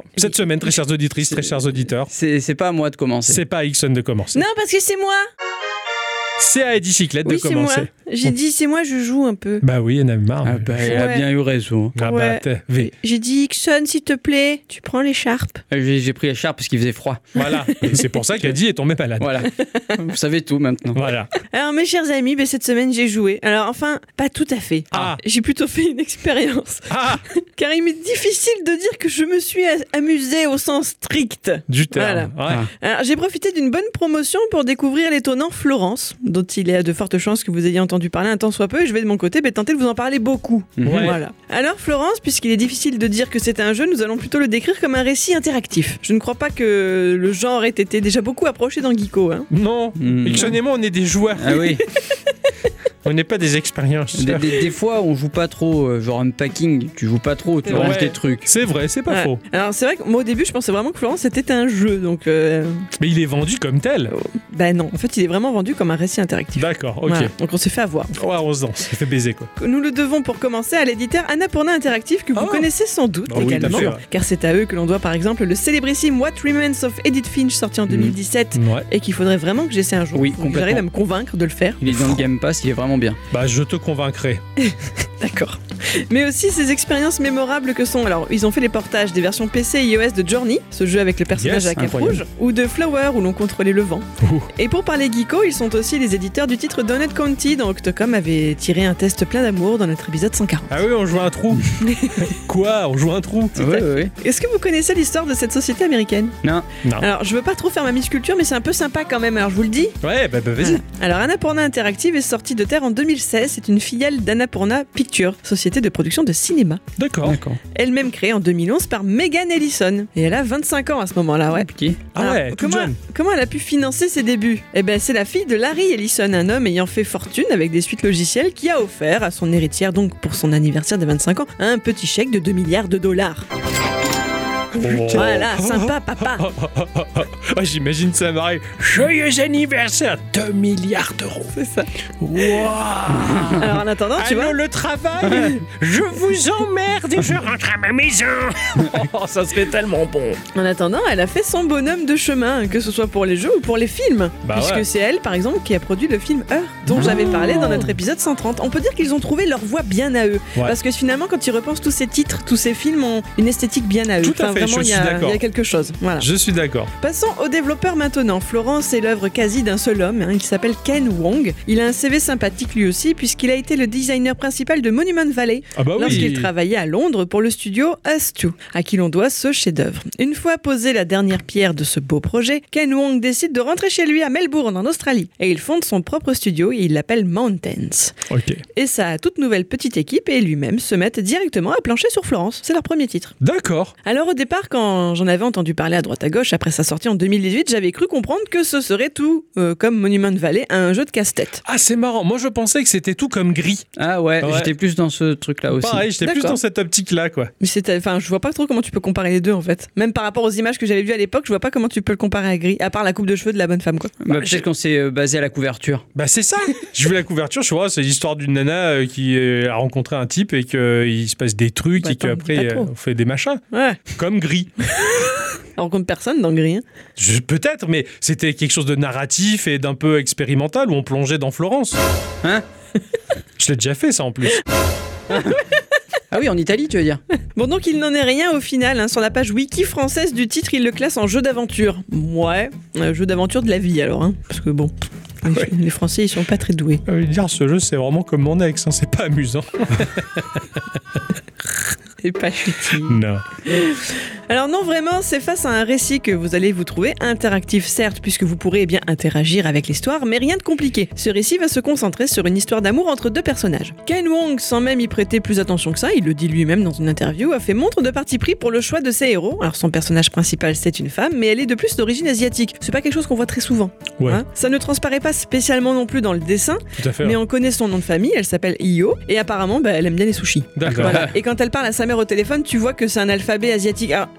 très chères auditrices, très chers auditeurs. C'est pas à moi de commencer. C'est pas à Ixon de commencer. Non, parce que c'est moi. C'est à Eddie Cyclette de Oui, c'est moi. commencer. J'ai dit, c'est moi, je joue un peu. Bah oui, elle en a marre. Ah bah, elle a Ouais. bien eu raison. Ah bah, Ouais. J'ai dit, Ixon, s'il te plaît, tu prends l'écharpe. J'ai pris l'écharpe parce qu'il faisait froid. Voilà. Et c'est pour ça qu'Eddie est tombé malade. Voilà. Vous savez tout maintenant. Voilà. Alors, mes chers amis, cette semaine, j'ai joué. Alors, enfin, pas tout à fait. Ah. J'ai plutôt fait une expérience. Ah, Car il m'est difficile de dire que je me suis amusée au sens strict. du terme. Voilà. Ouais. Ah. Alors, j'ai profité d'une bonne promotion pour découvrir l'étonnant Florence, dont il est à de fortes chances que vous ayez entendu parler un tant soit peu, et je vais de mon côté tenter de vous en parler beaucoup. Ouais. Voilà. Alors Florence, puisqu'il est difficile de dire que c'est un jeu, nous allons plutôt le décrire comme un récit interactif. Je ne crois pas que le genre ait été déjà beaucoup approché dans Geeko. Hein. Non. Ixon et moi, on est des joueurs. Ah oui. On n'est pas des expériences. Des fois, on joue pas trop, genre unpacking, tu joues pas trop, tu Ouais. ranges tes trucs. C'est vrai, c'est pas Ouais. faux. Alors c'est vrai que moi au début je pensais vraiment que Florence c'était un jeu, donc Mais il est vendu comme tel. bah non, en fait il est vraiment vendu comme un récit interactif. D'accord, ok. Voilà. Donc on s'est fait avoir. Ouais, on se danse. Ça fait baiser, quoi. Nous le devons pour commencer à l'éditeur Annapurna Interactive que vous Ah. connaissez sans doute Bah oui, également, tout à fait, ouais. car c'est à eux que l'on doit par exemple le célébrissime What Remains of Edith Finch sorti en 2017 Ouais. et qu'il faudrait vraiment que j'essaie un jour. Oui, Faut que complètement. j'arrive à me convaincre de le faire. Il est dans le Game Pass, il est vraiment bien. Bah, je te convaincrai. D'accord. Mais aussi ces expériences mémorables que sont, alors ils ont fait les portages des versions PC et iOS de Journey, ce jeu avec le personnage Yes, à cape incroyable. rouge, ou de Flower où l'on contrôlait le vent. Ouh. Et pour parler geeko, ils sont aussi les éditeurs du titre Donut County dont Octocom avait tiré un test plein d'amour dans notre épisode 140. Ah oui, on joue un trou. Quoi? On joue un trou? Ouais. Est-ce que vous connaissez l'histoire de cette société américaine? Non. Non. Alors je veux pas trop faire ma misculture mais c'est un peu sympa quand même, alors je vous le dis. Ouais, bah vas-y. Voilà. Alors Annapurna Interactive est sortie de terre en 2016, c'est une filiale d'Annapurna Pictures, société de production de cinéma. D'accord. D'accord. Elle-même créée en 2011 par Megan Ellison. Et elle a 25 ans à ce moment-là, ouais. Compliqué. Ah Alors, ouais, toute jeune. comment elle a pu financer ses débuts? Eh ben, c'est la fille de Larry Ellison, un homme ayant fait fortune avec des suites logicielles, qui a offert à son héritière, donc pour son anniversaire de 25 ans, un petit chèque de $2 milliards. Voilà, sympa, papa. Ah, j'imagine ça, Marie. Joyeux anniversaire, 2 milliards d'euros. C'est ça. Waouh. Alors en attendant, tu vois, le travail. Je vous emmerde et je rentre à ma maison. Oh, ça serait tellement bon. en attendant, elle a fait son bonhomme de chemin, que ce soit pour les jeux ou pour les films. Bah puisque ouais. c'est elle, par exemple, qui a produit le film Heure, dont j'avais parlé dans notre épisode 130. On peut dire qu'ils ont trouvé leur voix bien à eux. Ouais. Parce que finalement, quand ils repensent tous ces titres, tous ces films ont une esthétique bien à eux. Tout à fait, vraiment, je il y suis a- d'accord. il y a quelque chose. Voilà. Je suis d'accord. Passons aux développeurs maintenant. Florence est l'œuvre quasi d'un seul homme, il s'appelle Ken Wong. Il a un CV sympathique lui aussi, puisqu'il a été le designer principal de Monument Valley Ah bah oui. lorsqu'il travaillait à Londres pour le studio Us2, à qui l'on doit ce chef-d'œuvre. Une fois posé la dernière pierre de ce beau projet, Ken Wong décide de rentrer chez lui à Melbourne, en Australie, et il fonde son propre studio et il l'appelle Mountains. Ok. Et sa toute nouvelle petite équipe et lui-même se mettent directement à plancher sur Florence. C'est leur premier titre. D'accord. Alors au départ, quand j'en avais entendu parler à droite à gauche après sa sortie en 2018, j'avais cru comprendre que ce serait tout, comme Monument Valley, un jeu de casse-tête. Ah, c'est marrant. Moi, je pensais que c'était tout comme gris. Ah ouais, Ouais. j'étais plus dans ce truc-là aussi. Pareil, j'étais plus D'accord. dans cette optique-là, quoi. Mais enfin, je vois pas trop comment tu peux comparer les deux en fait. Même par rapport aux images que j'avais vues à l'époque, je vois pas comment tu peux le comparer à gris, à part la coupe de cheveux de la bonne femme quoi. Bah, peut-être qu'on s'est basé à la couverture. Bah, c'est ça. J'ai vu la couverture, je vois, c'est l'histoire d'une nana qui a rencontré un type et qu'il se passe des trucs Bah, et attends, qu'après, dis pas trop. on fait des machins. Ouais. Comme gris. On rencontre personne dans gris. Hein. Peut-être, mais c'était quelque chose de narratif et d'un peu expérimental où on plongeait dans Florence. Hein? Je l'ai déjà fait, ça, en plus. Ah oui, en Italie, tu veux dire? Bon donc il n'en est rien au final. Hein. Sur la page wiki française du titre, il le classe en jeu d'aventure. Ouais, jeu d'aventure de la vie alors. Hein. Parce que bon, Ouais. les Français ils sont pas très doués. Je veux dire, ce jeu, c'est vraiment comme mon ex, hein, c'est pas amusant. C'est pas chutis. Non. Alors non, vraiment, c'est face à un récit que vous allez vous trouver interactif, certes, puisque vous pourrez bien interagir avec l'histoire, mais rien de compliqué. Ce récit va se concentrer sur une histoire d'amour entre deux personnages. Ken Wong, sans même y prêter plus attention que ça, il le dit lui-même dans une interview, a fait montre de parti pris pour le choix de ses héros. Alors son personnage principal, c'est une femme, mais elle est de plus d'origine asiatique. C'est pas quelque chose qu'on voit très souvent. Ouais, Hein. Ça ne transparaît pas spécialement non plus dans le dessin, tout à fait. mais ouais. on connaît son nom de famille, elle s'appelle Io, et apparemment, elle aime bien les sushis. D'accord. Voilà. Et quand elle parle à sa mère au téléphone, tu vois que c'est un alphabet asiatique. Alors,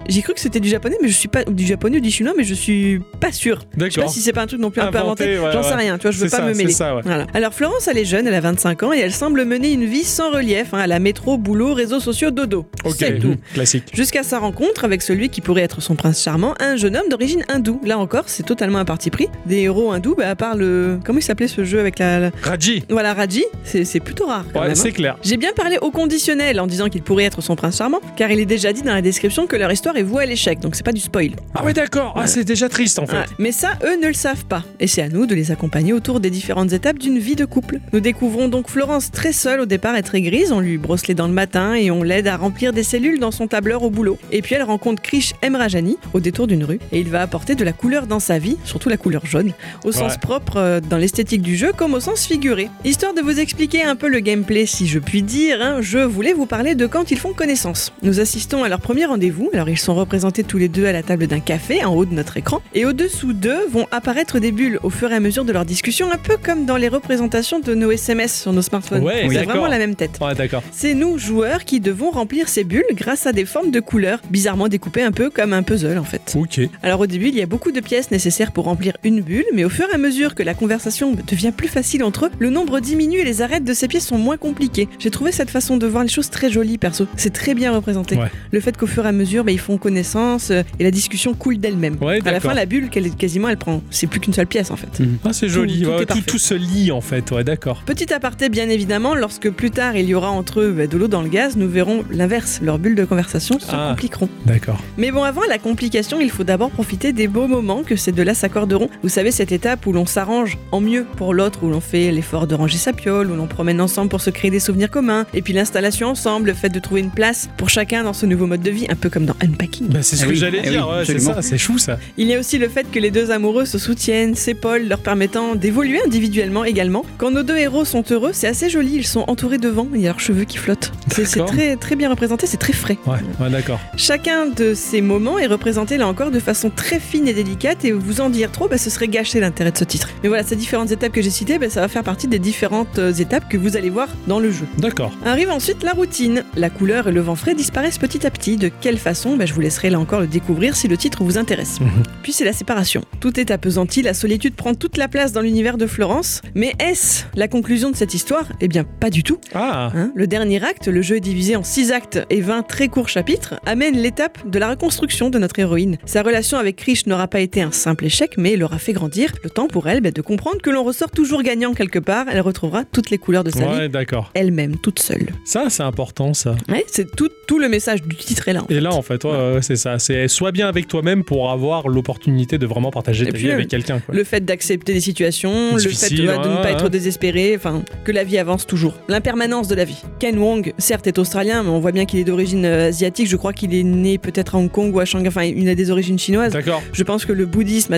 J'ai cru que c'était du japonais, mais je suis pas du japonais ou du chinois, mais je suis pas sûre. Je sais pas D'accord. si c'est pas un truc non plus un peu inventé. Ouais, J'en sais ouais. rien. Tu vois, je veux C'est pas ça, me mêler. c'est ça, ouais. Voilà. Alors Florence, elle est jeune, elle a 25 ans et elle semble mener une vie sans relief, à la métro, boulot, réseaux sociaux, dodo. Ok, C'est tout. classique. Jusqu'à sa rencontre avec celui qui pourrait être son prince charmant, un jeune homme d'origine hindoue. Là encore, c'est totalement un parti pris. Des héros hindous, à part le... Comment il s'appelait ce jeu avec la... Raji. Voilà, Raji, c'est plutôt rare quand Ouais, même. c'est clair. J'ai bien parlé au conditionnel en disant qu'il pourrait être son prince charmant, car il est déjà dit dans la description que leur histoire est vouée à l'échec, donc c'est pas du spoil. Ah ouais, d'accord. Ah, c'est déjà triste en fait. Ouais. Mais ça, eux ne le savent pas. Et c'est à nous de les accompagner autour des différentes étapes d'une vie de couple. Nous découvrons donc Florence très seule au départ et très grise. On lui brosse les dents le matin et on l'aide à remplir des cellules dans son tableur au boulot. Et puis elle rencontre Krish Emrajani au détour d'une rue. Et il va apporter de la couleur dans sa vie, surtout la couleur jaune, au sens propre dans l'esthétique du jeu comme au sens figuré. Histoire de vous expliquer un peu le gameplay, si je puis dire, je voulais vous parler de quand ils font connaissance. Nous assistons à leur premier rendez-vous. Alors ils sont représentés tous les deux à la table d'un café en haut de notre écran. Et au-dessous d'eux vont apparaître des bulles au fur et à mesure de leur discussion, un peu comme dans les représentations de nos SMS sur nos smartphones. Ouais, C'est d'accord. vraiment la même tête. Ouais, d'accord. C'est nous, joueurs, qui devons remplir ces bulles grâce à des formes de couleurs, bizarrement découpées un peu comme un puzzle en fait. Ok. Alors au début, il y a beaucoup de pièces nécessaires pour remplir une bulle, mais au fur et à mesure que la conversation devient plus facile entre eux, le nombre diminue et les arêtes de ces pièces sont moins compliquées. J'ai trouvé cette façon de voir les choses très jolie perso. C'est très bien représenté. Ouais. Le fait qu'au fur et à mesure, ils font connaissance et la discussion coule d'elle-même. Ouais, à la d'accord. fin, la bulle, quasiment, elle prend. C'est plus qu'une seule pièce en fait. Ah, c'est joli. Tout Ouais, est parfait. tout se lie en fait. Ouais, d'accord. Petit aparté, bien évidemment, lorsque plus tard il y aura entre eux de l'eau dans le gaz, nous verrons l'inverse. Leurs bulles de conversation se compliqueront. D'accord. Mais bon, avant la complication, il faut d'abord profiter des beaux moments que ces deux-là s'accorderont. Vous savez, cette étape où l'on s'arrange en mieux pour l'autre, où l'on fait l'effort de ranger sa piole, où l'on promène ensemble pour se créer des souvenirs communs, et puis l'installation ensemble, le fait de trouver une place pour chacun dans ce nouveau mode de vie, un peu comme dans Unpacking. Bah, c'est ce Ah que oui, j'allais ah dire. oui, Ouais, c'est absolument. ça. C'est chou ça. Il y a aussi le fait que les deux amoureux se soutiennent, s'épaulent, leur permettant d'évoluer individuellement également. Quand nos deux héros sont heureux, c'est assez joli, ils sont entourés de vent, il y a leurs cheveux qui flottent. C'est D'accord. très, très bien représenté, c'est très frais. Ouais, d'accord. Chacun de ces moments est représenté là encore de façon très fine et délicate, et vous en dire trop, ce serait gâcher l'intérêt de ce titre. Mais voilà, ces différentes étapes que j'ai citées, ça va faire partie des différentes étapes que vous allez voir dans le jeu. D'accord. Arrive ensuite la routine. La couleur et le vent frais disparaissent petit à petit. De quelle façon je vous laisserai là encore le découvrir si le titre vous intéresse. Puis c'est la séparation. Tout est appesanti, la solitude prend toute la place dans l'univers de Florence. Mais est-ce la conclusion de cette histoire ? Eh bien, pas du tout. Ah. Le dernier acte, le jeu est divisé en 6 actes et 20 très courts chapitres, amène l'étape de la reconstruction de notre héroïne. Sa relation avec Krish n'aura pas été un simple échec, mais l'aura fait grandir. Le temps pour elle de comprendre que l'on ressort toujours gagnant quelque part. Elle retrouvera toutes les couleurs de sa vie, Ouais, d'accord. elle-même, toute seule. Ça, c'est important, ça. Ouais, c'est tout le message du titre est là. Et là, en fait, ouais, c'est ça. C'est sois bien avec toi-même pour avoir l'opportunité de vraiment partager ta puis, vie avec quelqu'un. Quoi. Le fait d'accepter des situations, le fait Difficile, de ne pas ouais. être désespéré, que la vie avance toujours. L'impermanence de la vie. Ken Wong, certes, est australien, mais on voit bien qu'il est d'origine asiatique. Je crois qu'il est né peut-être à Hong Kong ou à Shanghai. Enfin, il a des origines chinoises. D'accord. Je pense que le bouddhisme a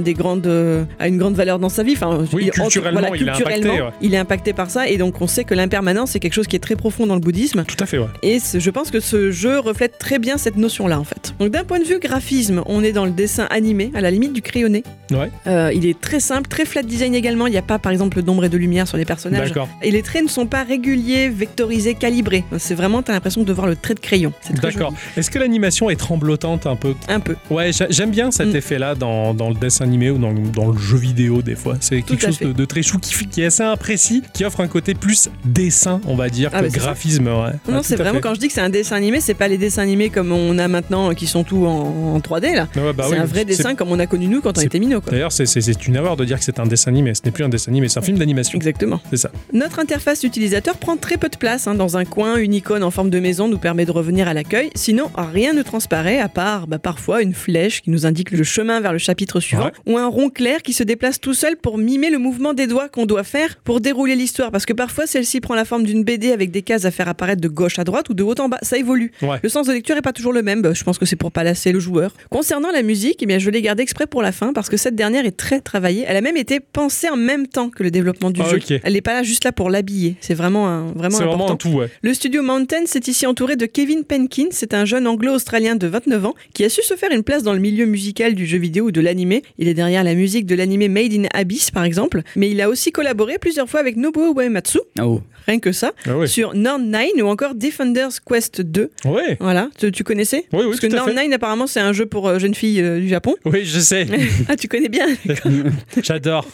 une grande valeur dans sa vie. Oui, culturellement, il est impacté, ouais. il est impacté par ça. Et donc, on sait que l'impermanence, c'est quelque chose qui est très profond dans le bouddhisme. Tout à fait, ouais. Et je pense que ce jeu reflète très bien cette notion-là, en fait. Donc, d'un point de vue graphisme, on est dans le dessin animé, à la limite du crayonné. Ouais. Il est très simple, très flat design également. Il n'y a pas, par exemple, d'ombre et de lumière sur les personnages. D'accord. Et les traits ne sont pas réguliers, vectorisés, calibrés. C'est vraiment, t'as l'impression de voir le trait de crayon. C'est très D'accord. joli. Est-ce que l'animation est tremblotante un peu? Un peu. Ouais, j'aime bien cet effet-là dans le dessin animé ou dans le jeu vidéo des fois. C'est Tout quelque à chose fait. de très chou qui est assez imprécis, qui offre un côté plus dessin, on va dire, Ah, que bah, c'est ça. graphisme. Ouais. Non, Ouais, c'est tout à vraiment, fait. quand je dis que c'est un dessin animé, c'est pas les dessins animés comme on a maintenant qui sont tout en 3D là. Ouais, bah c'est oui, un vrai c'est- dessin comme on a connu nous quand on c'est- était minots, quoi. D'ailleurs, c'est une erreur de dire que c'est un dessin animé. Ce n'est plus un dessin animé, c'est un film d'animation. Exactement. C'est ça. Notre interface utilisateur prend très peu de place. Dans un coin, une icône en forme de maison nous permet de revenir à l'accueil. Sinon, rien ne transparaît à part parfois une flèche qui nous indique le chemin vers le chapitre suivant, ou un rond clair qui se déplace tout seul pour mimer le mouvement des doigts qu'on doit faire pour dérouler l'histoire. Parce que parfois, celle-ci prend la forme d'une BD avec des cases à faire apparaître de gauche à droite ou de haut en bas. Ça évolue. Ouais. Le sens de lecture est pas toujours le même. Je pense que c'est pour pas lasser le joueur. Concernant la musique, eh bien, je l'ai gardée exprès pour la fin parce que cette dernière est très travaillée. Elle a même été pensée en même temps que le développement du Ah, jeu. ok. Elle n'est pas là juste là pour l'habiller. C'est vraiment C'est important. vraiment un tout, ouais. Le studio Mountain s'est ici entouré de Kevin Penkin. C'est un jeune anglo-australien de 29 ans qui a su se faire une place dans le milieu musical du jeu vidéo ou de l'animé. Il est derrière la musique de l'animé Made in Abyss, par exemple. Mais il a aussi collaboré plusieurs fois avec Nobuo Uematsu. Oh. rien que ça, Ah ouais. sur Norn 9 ou encore Defenders Quest 2. Ouais. Voilà, tu connaissais? Oui, Parce que tout à Norn fait. 9 apparemment c'est un jeu pour jeunes filles du Japon. Oui, je sais. Ah, tu connais bien. J'adore.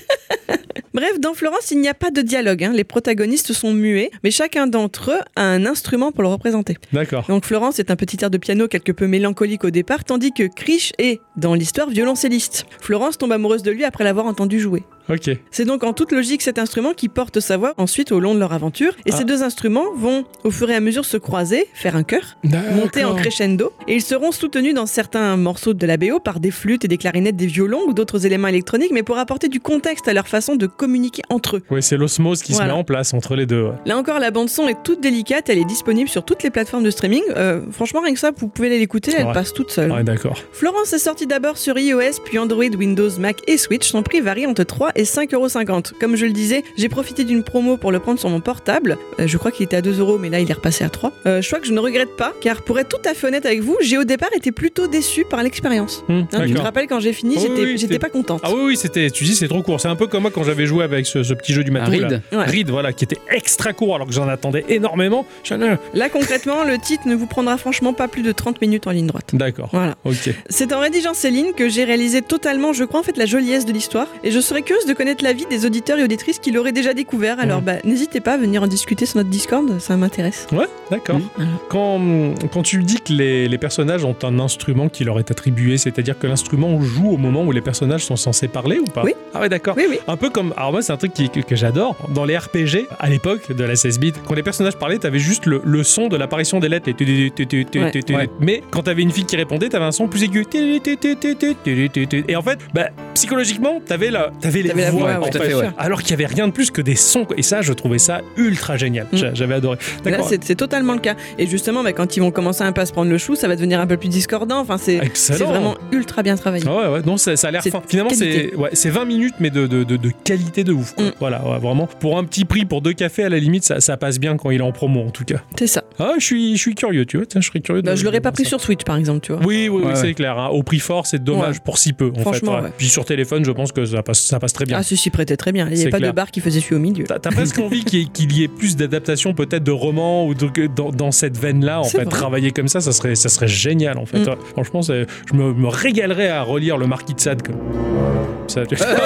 Bref, dans Florence, il n'y a pas de dialogue. Hein. Les protagonistes sont muets, mais chacun d'entre eux a un instrument pour le représenter. D'accord. Donc Florence est un petit air de piano quelque peu mélancolique au départ, tandis que Krish est, dans l'histoire, violoncelliste. Florence tombe amoureuse de lui après l'avoir entendu jouer. Ok. C'est donc en toute logique cet instrument qui porte sa voix ensuite au long de leur aventure. Et ces deux instruments vont, au fur et à mesure, se croiser, faire un chœur, monter en crescendo. Et ils seront soutenus dans certains morceaux de la BO par des flûtes et des clarinettes, des violons ou d'autres éléments électroniques, mais pour apporter du contexte à leur façon de communiquer entre eux. Oui, c'est l'osmose qui se met en place entre les deux. Ouais. Là encore, la bande-son est toute délicate, elle est disponible sur toutes les plateformes de streaming. Franchement, rien que ça, vous pouvez aller l'écouter, elle passe toute seule. Ouais, d'accord. Florence est sortie d'abord sur iOS, puis Android, Windows, Mac et Switch. Son prix varie entre 3 et 5,50€. Comme je le disais, j'ai profité d'une promo pour le prendre sur mon portable. Je crois qu'il était à 2€, mais là il est repassé à 3. Je crois que je ne regrette pas, car pour être tout à fait honnête avec vous, j'ai au départ été plutôt déçu par l'expérience. Tu te rappelles quand j'ai fini, j'étais pas contente. Ah oui, tu dis c'est trop court. C'est un peu comme moi quand j'avais joué avec ce petit jeu du matou. Reed. Ouais. Reed, voilà, qui était extra court alors que j'en attendais énormément. Là concrètement, le titre ne vous prendra franchement pas plus de 30 minutes en ligne droite. D'accord. Voilà. Ok. C'est en rédigeant Céline que j'ai réalisé totalement, je crois, en fait, la joliesse de l'histoire. Et je serais curieuse de connaître l'avis des auditeurs et auditrices qui l'auraient déjà découvert. Alors, n'hésitez pas à venir en discuter sur notre Discord, ça m'intéresse. Ouais, d'accord. Quand tu dis que les personnages ont un instrument qui leur est attribué, c'est-à-dire que l'instrument joue au moment où les personnages sont censés parler ou pas? Oui. Ah ouais, d'accord. Oui. Un peu comme... Alors moi, c'est un truc que j'adore. Dans les RPG, à l'époque de la 16 bits, quand les personnages parlaient, t'avais juste le son de l'apparition des lettres. Ouais. Mais quand t'avais une fille qui répondait, t'avais un son plus aigu. Et en fait, psychologiquement, t'avais les voix. voix, en tout à fait. fait, ouais. Alors qu'il y avait rien de plus que des sons. Et ça, je trouvais ça ultra génial. J'avais adoré. Là, c'est totalement le cas. Et justement, quand ils vont commencer un peu à se prendre le chou, ça va devenir un peu plus discordant. Enfin, c'est vraiment ultra bien travaillé. Ouais, non, ça a l'air fin. Finalement, c'est 20 minutes, mais de qualité de ouf. Quoi. Voilà, vraiment. Pour un petit prix, pour 2 cafés, à la limite, ça passe bien quand il est en promo, en tout cas. C'est ça. Ah, je suis curieux, tu vois. Tiens, je serais curieux. Je l'aurais pas pris sur Switch, par exemple, tu vois. Oui, c'est clair. Hein. Au prix fort, c'est dommage pour si peu, en fait. Franchement, ouais. Puis sur téléphone, je pense que ça passe très bien. Ah, si, prêtait très bien. Il n'y avait pas de barre qui faisait celui au milieu. T'as presque envie qu'il y ait plus d'adaptation, peut-être de romans ou dans cette veine-là, en C'est fait. vrai. Travailler comme ça serait génial, en fait. Ouais. Franchement, je me régalerais à relire le Marquis de Sade. Comme ça.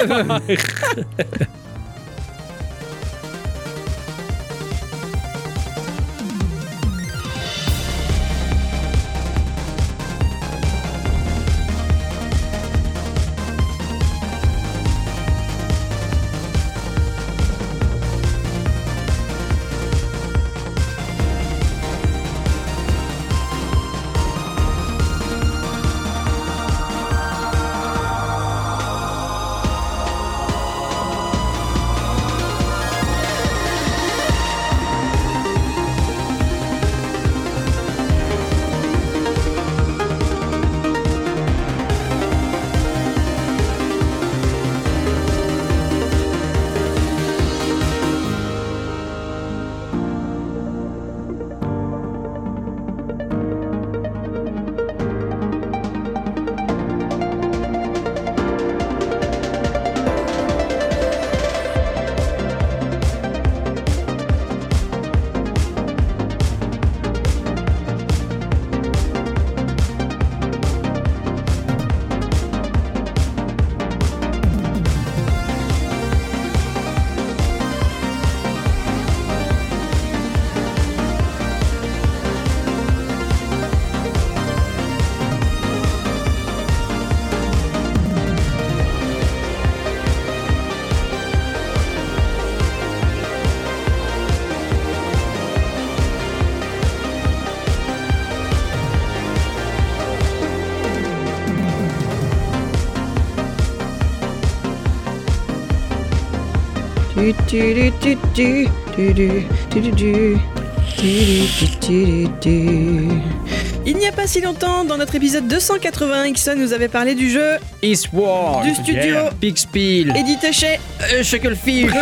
Il n'y a pas si longtemps, dans notre épisode 280, Ixon nous avait parlé du jeu Eastward du studio Pixpil édité chez Shucklefish.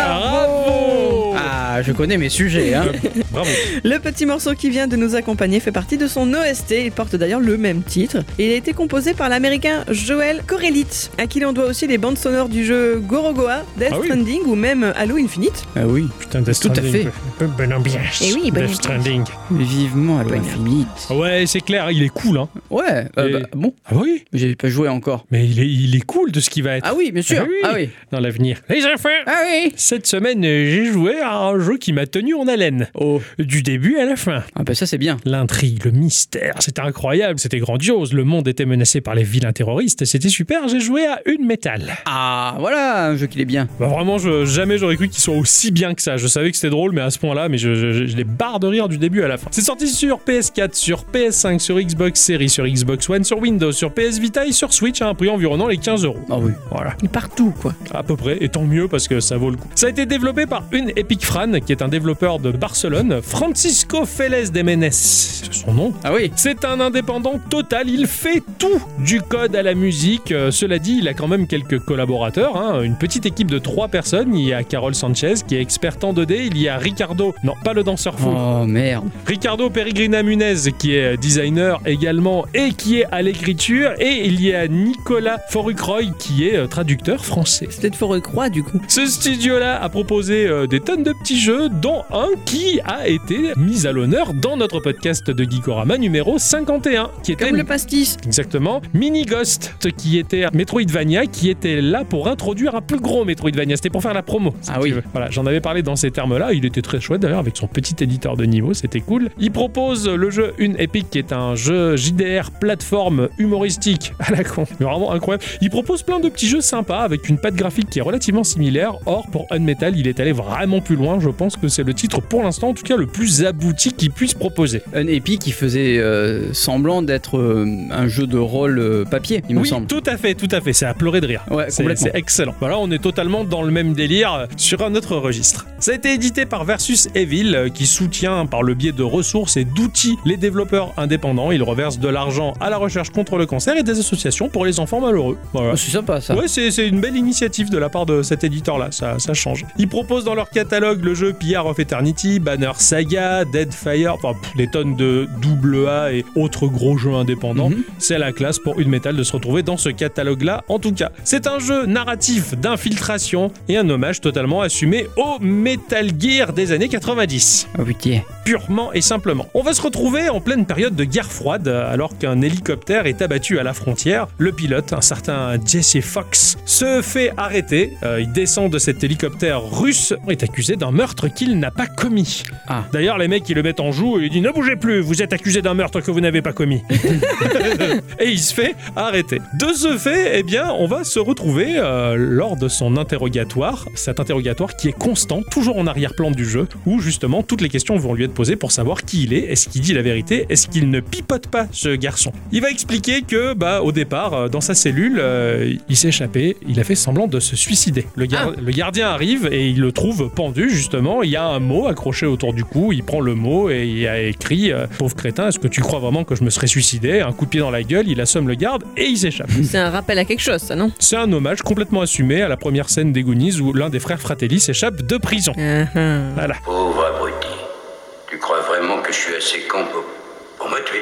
Bravo. Ah, je connais mes sujets, hein. Bravo. Le petit morceau qui vient de nous accompagner fait partie de son OST, il porte d'ailleurs le même titre, et il a été composé par l'américain Joel Corelitz, à qui l'on doit aussi les bandes sonores du jeu Gorogoa, Death Ah oui. Stranding ou même Halo Infinite. Ah oui. Putain, Death Tout à Stranding, fait. quoi. bonne ambiance. Eh oui, bonne Death ambiance. Stranding. Vivement à loi infinie. Ouais, c'est clair, il est cool, hein. Ouais, Et- bon, Ah oui, j'ai pas joué encore. mais il est cool de ce qui va être Ah oui, bien sûr. Ah oui. dans l'avenir. Les enfants, Ah oui. cette semaine, j'ai joué à un jeu qui m'a tenu en haleine. Oh. Du début à la fin. Ah bah ça c'est bien. L'intrigue, le mystère, c'était incroyable, c'était grandiose. Le monde était menacé par les vilains terroristes, c'était super. J'ai joué à Une Métal. Ah voilà, un jeu qui est bien. Bah vraiment, jamais j'aurais cru qu'il soit aussi bien que ça. Je savais que c'était drôle, mais à ce point-là, mais je les barre de rire du début à la fin. C'est sorti sur PS4, sur PS5, sur Xbox Series, sur Xbox One, sur Windows, sur PS Vita et sur Switch à un prix environnant les 15 €. Ah oui. Voilà. Il est partout, quoi. À peu près, et tant mieux parce que ça vaut le coup. Ça a été développé par une Epic Fran, qui est un développeur de Barcelone, Francisco Félez de Menes, c'est son nom. Ah oui. C'est un indépendant total, il fait tout, du code à la musique. Cela dit, il a quand même quelques collaborateurs, hein. Une petite équipe de 3 personnes. Il y a Carol Sanchez qui est experte en 2D, il y a Ricardo, non pas le danseur fou, Oh merde. Ricardo Peregrina Munez qui est designer également et qui est à l'écriture, et il y a Nicolas Forucroy qui est traducteur français. C'est peut-être Forêt-Croix, du coup. Ce studio-là a proposé des tonnes de petits jeux, dont un qui a été mis à l'honneur dans notre podcast de Geekorama numéro 51, qui était Comme le pastis. exactement Mini Ghost, qui était Metroidvania, qui était là pour introduire un plus gros Metroidvania. C'était pour faire la promo. si Ah tu oui. veux. Voilà, j'en avais parlé dans ces termes-là. Il était très chouette d'ailleurs avec son petit éditeur de niveau, c'était cool. Il propose le jeu Une Epic, qui est un jeu JDR plateforme humoristique à la con, mais vraiment incroyable. Il propose plein de petits jeux sympas avec une patte graphique qui est relativement similaire. Or, pour Unmetal, il est allé vraiment plus loin. Je pense que c'est le titre pour l'instant, en tout cas le plus abouti qu'il puisse proposer. Un Epic qui faisait semblant d'être un jeu de rôle papier, il me Oui, semble. tout à fait. C'est à pleurer de rire. Ouais, C'est complètement. excellent. Voilà, on est totalement dans le même délire sur un autre registre. Ça a été édité par Versus Evil, qui soutient par le biais de ressources et d'outils les développeurs indépendants. Il reverse de l'argent à la recherche contre le cancer et des associations pour les enfants malheureux. Voilà. Oh, c'est sympa ça. Ouais, c'est une belle initiative de la part de cet éditeur-là, ça change. Ils proposent dans leur catalogue le jeu PR of Eternity, Banner Saga, Deadfire, enfin des tonnes de AA et autres gros jeux indépendants. Mhm. C'est la classe pour Une Métal de se retrouver dans ce catalogue-là, en tout cas. C'est un jeu narratif d'infiltration et un hommage totalement assumé au Metal Gear des années 90. Oh putain. Purement et simplement. On va se retrouver en pleine période de guerre froide, alors qu'un hélicoptère est abattu à la frontière. Le pilote, un certain Jesse Fox, se fait arrêter. Il descend de cet hélicoptère russe, est accusé d'un meurtre qu'il n'a pas commis. Ah. D'ailleurs, les mecs, ils le mettent en joue et ils disent « Ne bougez plus, vous êtes accusé d'un meurtre que vous n'avez pas commis. » Et il se fait arrêter. De ce fait, eh bien, on va se retrouver lors de son interrogatoire, cet interrogatoire qui est constant, toujours en arrière-plan du jeu, où justement toutes les questions vont lui être posées pour savoir qui il est qu'il dit la vérité, est-ce qu'il ne pipote pas ce garçon. Il va expliquer que, au départ, dans sa cellule, il s'est échappé, il a fait semblant de se suicider. Le gardien arrive et il le trouve pendu, justement, il y a un mot accroché autour du cou, il prend le mot et il a écrit pauvre crétin, est-ce que tu crois vraiment que je me serais suicidé? Un coup de pied dans la gueule, il assomme le garde et il s'échappe. C'est un rappel à quelque chose, ça, non? C'est un hommage complètement assumé à la première scène des Goonies où l'un des frères Fratelli s'échappe de prison. Voilà. Pauvre abruti. Tu crois vraiment que je suis assez con pour me tuer?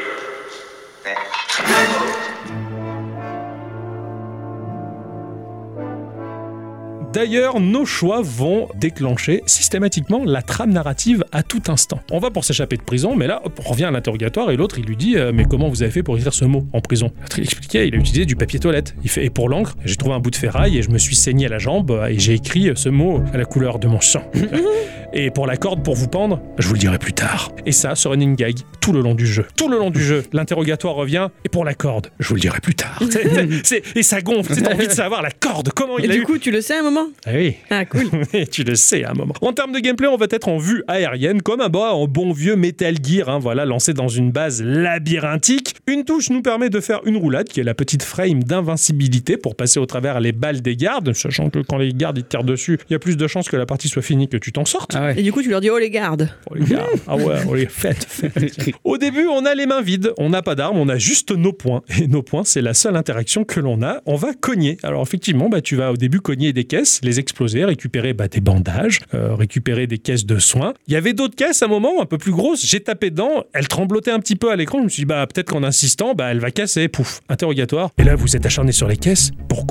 D'ailleurs, nos choix vont déclencher systématiquement la trame narrative à tout instant. On va pour s'échapper de prison, mais là, hop, on revient à l'interrogatoire et l'autre, il lui dit mais comment vous avez fait pour écrire ce mot en prison? L'autre, il expliquait, il a utilisé du papier toilette. Il fait, et pour l'encre, j'ai trouvé un bout de ferraille et je me suis saigné la jambe et j'ai écrit ce mot à la couleur de mon sang. Et pour la corde pour vous pendre, je vous le dirai plus tard. Et ça, ce running gag, tout le long du jeu. Tout le long du jeu, l'interrogatoire revient, et pour la corde, je vous le dirai plus tard. Et ça gonfle, t'as envie de savoir la corde, comment Et il a du eu... coup, tu le sais à un moment? Ah oui. Ah, cool. Tu le sais à un moment. En termes de gameplay, on va être en vue aérienne, comme un bon vieux Metal Gear, hein, voilà, lancé dans une base labyrinthique. Une touche nous permet de faire une roulade, qui est la petite frame d'invincibilité pour passer au travers les balles des gardes, sachant que quand les gardes ils te tirent dessus, il y a plus de chances que la partie soit finie que tu t'en sortes. Ah ouais. Et du coup, tu leur dis, oh les gardes. Oh les gars, ah ouais, oh les faites. Au début, on a les mains vides, on n'a pas d'armes, on a juste nos poings. Et nos poings, c'est la seule interaction que l'on a. On va cogner. Alors effectivement, tu vas au début cogner des caisses, les exploser, récupérer des bandages, récupérer des caisses de soins. Il y avait d'autres caisses à un moment, un peu plus grosses. J'ai tapé dedans, elles tremblotaient un petit peu à l'écran. Je me suis dit, peut-être qu'en insistant, elle va casser. Pouf, interrogatoire. Et là, vous êtes acharné sur les caisses. Pourquoi?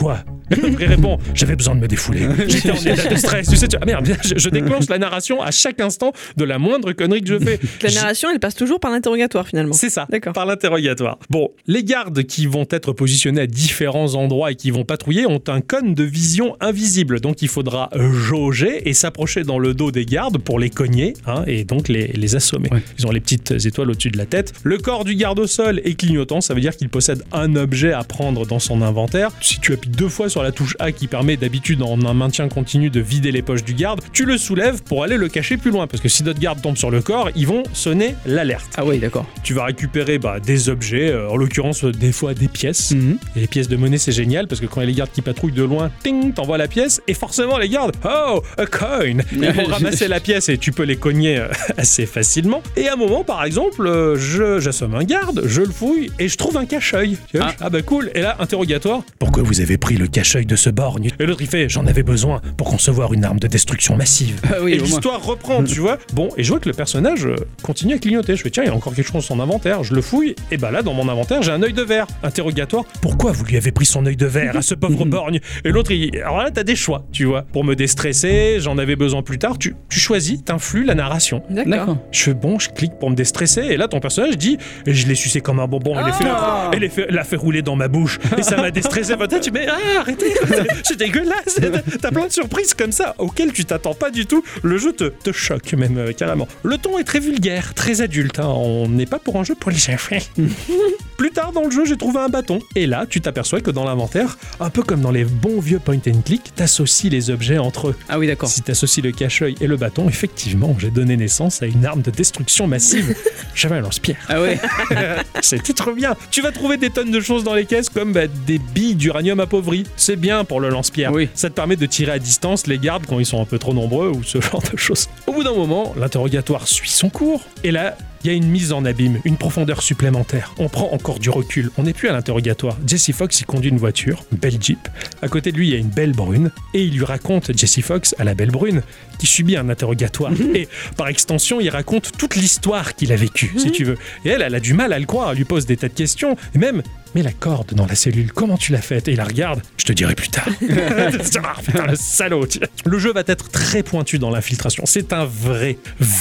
Et l'autre il répond, j'avais besoin de me défouler. J'étais en état de stress. Tu sais, ah merde, je déclenche la narration à chaque instant de la moindre connerie que je fais. La narration, elle passe toujours par l'interrogatoire finalement. C'est ça, D'accord. par l'interrogatoire. Bon, les gardes qui vont être positionnés à différents endroits et qui vont patrouiller ont un cône de vision invisible. Donc il faudra jauger et s'approcher dans le dos des gardes pour les cogner et donc les assommer. Ouais. Ils ont les petites étoiles au-dessus de la tête. Le corps du garde au sol est clignotant, ça veut dire qu'il possède un objet à prendre dans son inventaire. Si tu appuies 2 fois sur la touche A qui permet d'habitude en un maintien continu de vider les poches du garde, tu le soulèves pour aller le cacher plus loin parce que si d'autres gardes tombent sur le corps, ils vont sonner l'alerte. Ah oui, d'accord. Tu vas récupérer des objets, en l'occurrence des fois des pièces. Et les pièces de monnaie c'est génial parce que quand il y a les gardes qui patrouillent de loin, ting, t'envoies la pièce et forcément les gardes, oh, a coin. Ils vont ramasser la pièce et tu peux les cogner assez facilement. Et à un moment par exemple, j'assomme un garde, je le fouille et je trouve un cache-œil. Ah bah cool. Et là, interrogatoire. Pourquoi vous avez pris le cache-œil de ce borgne? Et l'autre il fait, j'en avais besoin pour concevoir une arme de destruction massive. Ah oui, et l'histoire reprend, tu vois. Bon, et je vois que le personnage continue à clignoter. Je fais, tiens, il y a encore quelque chose dans son inventaire. Je le fouille. Et bah là, dans mon inventaire, j'ai un œil de verre. Interrogatoire. Pourquoi vous lui avez pris son œil de verre à ce pauvre borgne? Et l'autre, alors là, t'as des choix, tu vois. Pour me déstresser, j'en avais besoin plus tard. Tu choisis, t'influes la narration. D'accord. Je fais, bon, je clique pour me déstresser. Et là, ton personnage dit, et je l'ai sucé comme un bonbon. Elle l'a fait rouler dans ma bouche. Et ça m'a déstressé. Peut-être, tu mets, arrêtez. C'est dégueulasse. T'as plein de surprises comme ça auxquelles tu t'attends pas du tout. Le jeu te choque même carrément. Le ton est très vulgaire, très adulte. On n'est pas pour un jeu pour les enfants. Plus tard dans le jeu, j'ai trouvé un bâton. Et là, tu t'aperçois que dans l'inventaire, un peu comme dans les bons vieux point and click, t'associes les objets entre eux. Ah oui, d'accord. Si t'associes le cache-œil et le bâton, effectivement, j'ai donné naissance à une arme de destruction massive. J'avais un lance-pierre. Ah ouais. C'était trop bien. Tu vas trouver des tonnes de choses dans les caisses comme des billes d'uranium appauvri. C'est bien pour le lance-pierre. Oui. Ça te permet de tirer à distance les gardes quand ils sont un peu trop nombreux ou ce genre de choses. Au bout d'un moment, l'interrogatoire suit son cours et là, il y a une mise en abîme, une profondeur supplémentaire. On prend encore du recul. On n'est plus à l'interrogatoire. Jesse Fox, il conduit une voiture, une belle Jeep. À côté de lui, il y a une belle brune. Et il lui raconte, Jesse Fox, à la belle brune, qui subit un interrogatoire. Et par extension, il raconte toute l'histoire qu'il a vécue, si tu veux. Et elle a du mal à le croire. Elle lui pose des tas de questions. Et même, mais la corde dans la cellule, comment tu l'as faite? Et il la regarde. Je te dirai plus tard. Putain, le salaud. Le jeu va être très pointu dans l'infiltration. C'est un vrai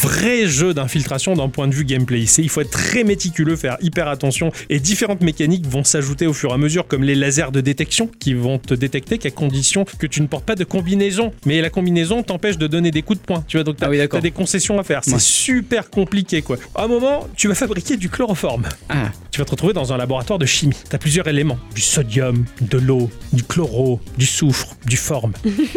jeu d'infiltration d'un point de vue gameplay. Il faut être très méticuleux, faire hyper attention. Et différentes mécaniques vont s'ajouter au fur et à mesure, comme les lasers de détection qui vont te détecter qu'à condition que tu ne portes pas de combinaison. Mais la combinaison t'empêche de donner des coups de poing. Tu vois, donc t'as des concessions à faire. C'est super compliqué, quoi. À un moment, tu vas fabriquer du chloroforme. Tu vas te retrouver dans un laboratoire de chimie. T'as plusieurs éléments. Du sodium, de l'eau, du chloro, du soufre, du forme.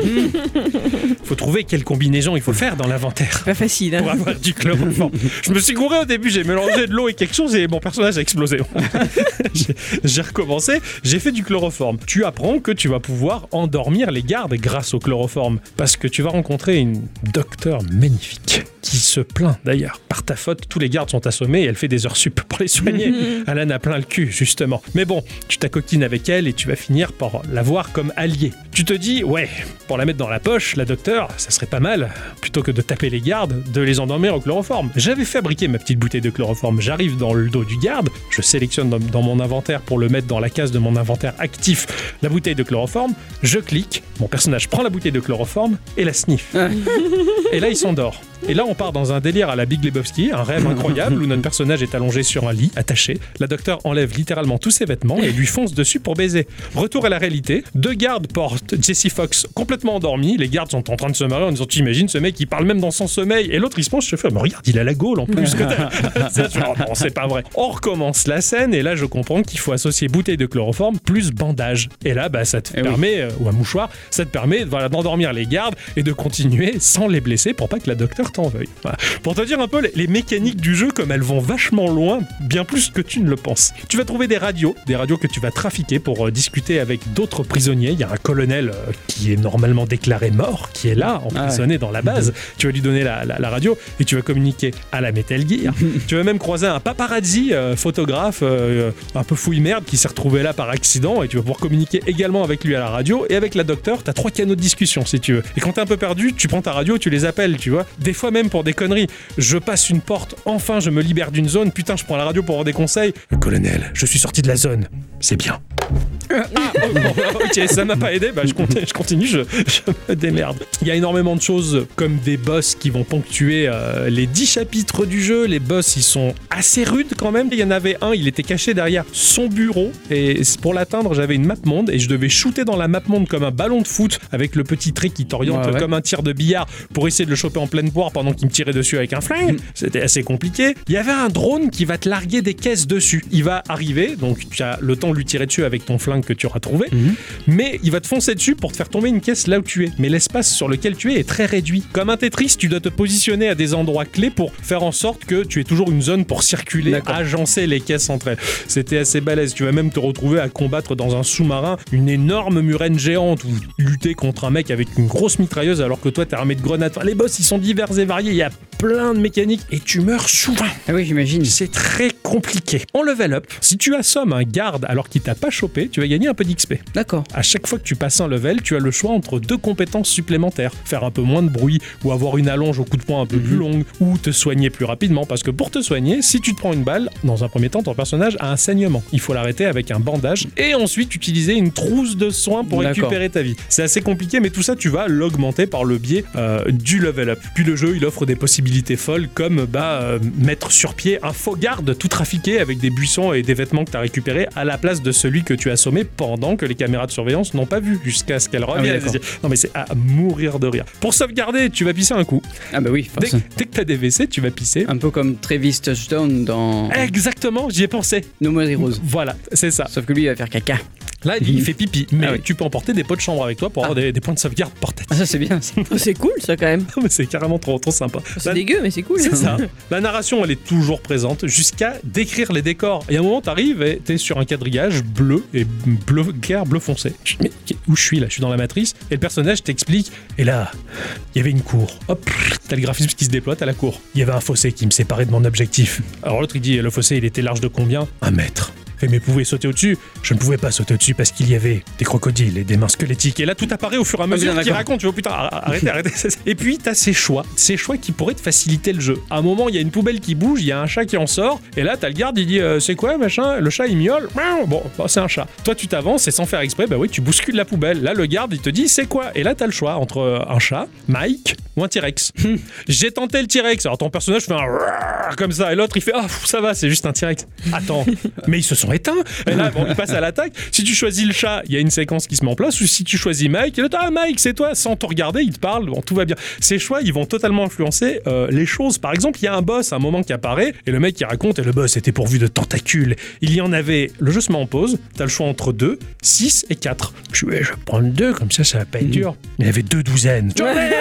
Faut trouver quelle combinaison il faut faire dans l'inventaire. Pas facile, hein. Pour avoir du chloroforme. Je me suis gouré au début, j'ai mélangé de l'eau et quelque chose et mon personnage a explosé. J'ai recommencé, j'ai fait du chloroforme. Tu apprends que tu vas pouvoir endormir les gardes grâce au chloroforme. Parce que tu vas rencontrer une docteure magnifique qui se plaint d'ailleurs. Par ta faute, tous les gardes sont assommés et elle fait des heures sup pour les soigner. Elle en a plein le cul, justement. Mais bon, tu t'acoquines avec elle et tu vas finir par la voir comme alliée. Tu te dis, ouais, pour la mettre dans la poche, la docteure, ça serait pas mal, plutôt que de taper les gardes, de les endormir au chloroforme. J'avais fabriqué ma petite bouteille de chloroforme. J'arrive dans le dos du garde, je sélectionne dans mon inventaire pour le mettre dans la case de mon inventaire actif la bouteille de chloroforme, je clique, mon personnage prend la bouteille de chloroforme et la sniffe. Et là, il s'endort. Et là, on part dans un délire à la Big Lebowski, un rêve incroyable où notre personnage est allongé sur un lit, attaché. La docteure enlève littéralement tous ses vêtements et lui fonce dessus pour baiser. Retour à la réalité, 2 gardes portent Jesse Fox complètement endormi. Les gardes sont en train de se marrer en disant, tu imagines, ce mec, il parle même dans son sommeil. Et l'autre, il se penche, je fais, mais regarde, il a la gaule en plus. Non, c'est pas vrai. On recommence la scène et là, je comprends qu'il faut associer bouteille de chloroforme plus bandage. Et là, ça te permet, ou un mouchoir, ça te permet d'endormir les gardes et de continuer sans les blesser pour pas que la docteure t'en veuille. Voilà. Pour te dire un peu les mécaniques du jeu, comme elles vont vachement loin, bien plus que tu ne le penses. Tu vas trouver des radios que tu vas trafiquer pour discuter avec d'autres prisonniers. Il y a un colonel qui est normalement déclaré mort, qui est là, emprisonné dans la base. Tu vas lui donner la radio et tu vas communiquer à la Metal Gear. Tu vas même croiser un paparazzi, photographe, un peu fouille-merde, qui s'est retrouvé là par accident et tu vas pouvoir communiquer également avec lui à la radio et avec la docteure. T'as 3 canaux de discussion si tu veux. Et quand t'es un peu perdu, tu prends ta radio, tu les appelles, tu vois. Des fois même pour des conneries. Je passe une porte, enfin je me libère d'une zone, putain je prends la radio pour avoir des conseils. Le colonel, je suis sorti de la zone. C'est bien. Ok, ça m'a pas aidé, bah je continue, je me démerde. Il y a énormément de choses comme des boss qui vont ponctuer les 10 chapitres du jeu. Les boss, ils sont assez rudes quand même. Il y en avait un, il était caché derrière son bureau et pour l'atteindre, j'avais une map monde et je devais shooter dans la map monde comme un ballon de foot avec le petit trait qui t'oriente comme un tir de billard pour essayer de le choper en pleine poire pendant qu'il me tirait dessus avec un flingue. C'était assez compliqué. Il y avait un drone qui va te larguer des caisses dessus. Il va arriver, donc tu as le temps de lui tirer dessus avec ton flingue que tu auras trouvé, mais il va te foncer dessus pour te faire tomber une caisse là où tu es. Mais l'espace sur lequel tu es est très réduit. Comme un Tetris, tu dois te positionner à des endroits clés pour faire en sorte que tu aies toujours une zone pour circuler, agencer les caisses entre elles. C'était assez balèze. Tu vas même te retrouver à combattre dans un sous-marin une énorme murène géante ou lutter contre un mec avec une grosse mitrailleuse alors que toi t'es armé de grenades. Enfin, les boss ils sont divers et variés, il y a plein de mécaniques et tu meurs souvent. Ah oui, j'imagine. C'est très compliqué. En level up, si tu assommes un garde alors qu'il t'a pas chopé, tu vas gagner un peu d'XP. D'accord. À chaque fois que tu passes un level, tu as le choix entre 2 compétences supplémentaires. Faire un peu moins de bruit ou avoir une allonge au coup de poing un peu plus longue ou te soigner plus rapidement parce que pour te soigner, si tu te prends une balle, dans un premier temps, ton personnage a un saignement. Il faut l'arrêter avec un bandage et ensuite utiliser une trousse de soins pour récupérer ta vie. C'est assez compliqué, mais tout ça, tu vas l'augmenter par le biais du level up. Puis le jeu, il offre des possibilités folles comme mettre sur pied un faux garde tout trafiqué avec des buissons et des vêtements que tu as récupérés à la place de celui que tu as assommé pendant que les caméras de surveillance n'ont pas vu jusqu'à ce qu'elles reviennent. Non mais c'est à mourir de rire. Pour sauvegarder, tu vas pisser un coup. Ah bah oui, dès que tu as des WC, tu vas pisser. Un peu comme Travis Touchdown dans... Exactement, j'y ai pensé. No More Heroes. Voilà, c'est ça. Sauf que lui, il va faire caca. Là, il fait pipi, mais tu peux emporter des pots de chambre avec toi pour avoir des points de sauvegarde portatifs. Ah, ça c'est bien. C'est cool ça quand même. Non, mais c'est carrément trop sympa. C'est dégueu, mais c'est cool. C'est ça. La narration, elle est toujours présente jusqu'à décrire les décors. Et à un moment, t'arrives et t'es sur un quadrillage bleu et bleu clair, bleu foncé. Mais où je suis là? Je suis dans la matrice et le personnage t'explique. Et là, il y avait une cour. Hop, t'as le graphisme qui se déploie, t'as la cour. Il y avait un fossé qui me séparait de mon objectif. Alors l'autre, il dit, le fossé, il était large de combien? 1 mètre. Mais vous pouvez sauter au-dessus. Je ne pouvais pas sauter au-dessus parce qu'il y avait des crocodiles et des mains squelettiques. Et là, tout apparaît au fur et à mesure qu'il raconte. Tu vois, putain, arrêtez. Et puis, t'as ces choix qui pourraient te faciliter le jeu. À un moment, il y a une poubelle qui bouge, il y a un chat qui en sort. Et là, t'as le garde, il dit c'est quoi, machin? Le chat, il miaule. Bon, c'est un chat. Toi, tu t'avances et sans faire exprès, bah oui, tu bouscules la poubelle. Là, le garde, il te dit c'est quoi? Et là, t'as le choix entre un chat, Mike ou un T-Rex. J'ai tenté le T-Rex. Alors, ton personnage fait un comme ça. Et l'autre, il fait ça va, c'est juste un T-Rex. Attends, mais ils se sont éteints. Et là, il passe à l'attaque. Si tu choisis le chat, il y a une séquence qui se met en place. Ou si tu choisis Mike, et l'autre, Mike, c'est toi. Sans te regarder, il te parle. Bon, tout va bien. Ces choix, ils vont totalement influencer les choses. Par exemple, il y a un boss à un moment qui apparaît et le mec qui raconte, et le boss était pourvu de tentacules. Il y en avait. Le jeu se met en pause. T'as le choix entre 2, 6 et 4. Je vais prendre 2, comme ça va pas être dur. Il y en avait 2 douzaines.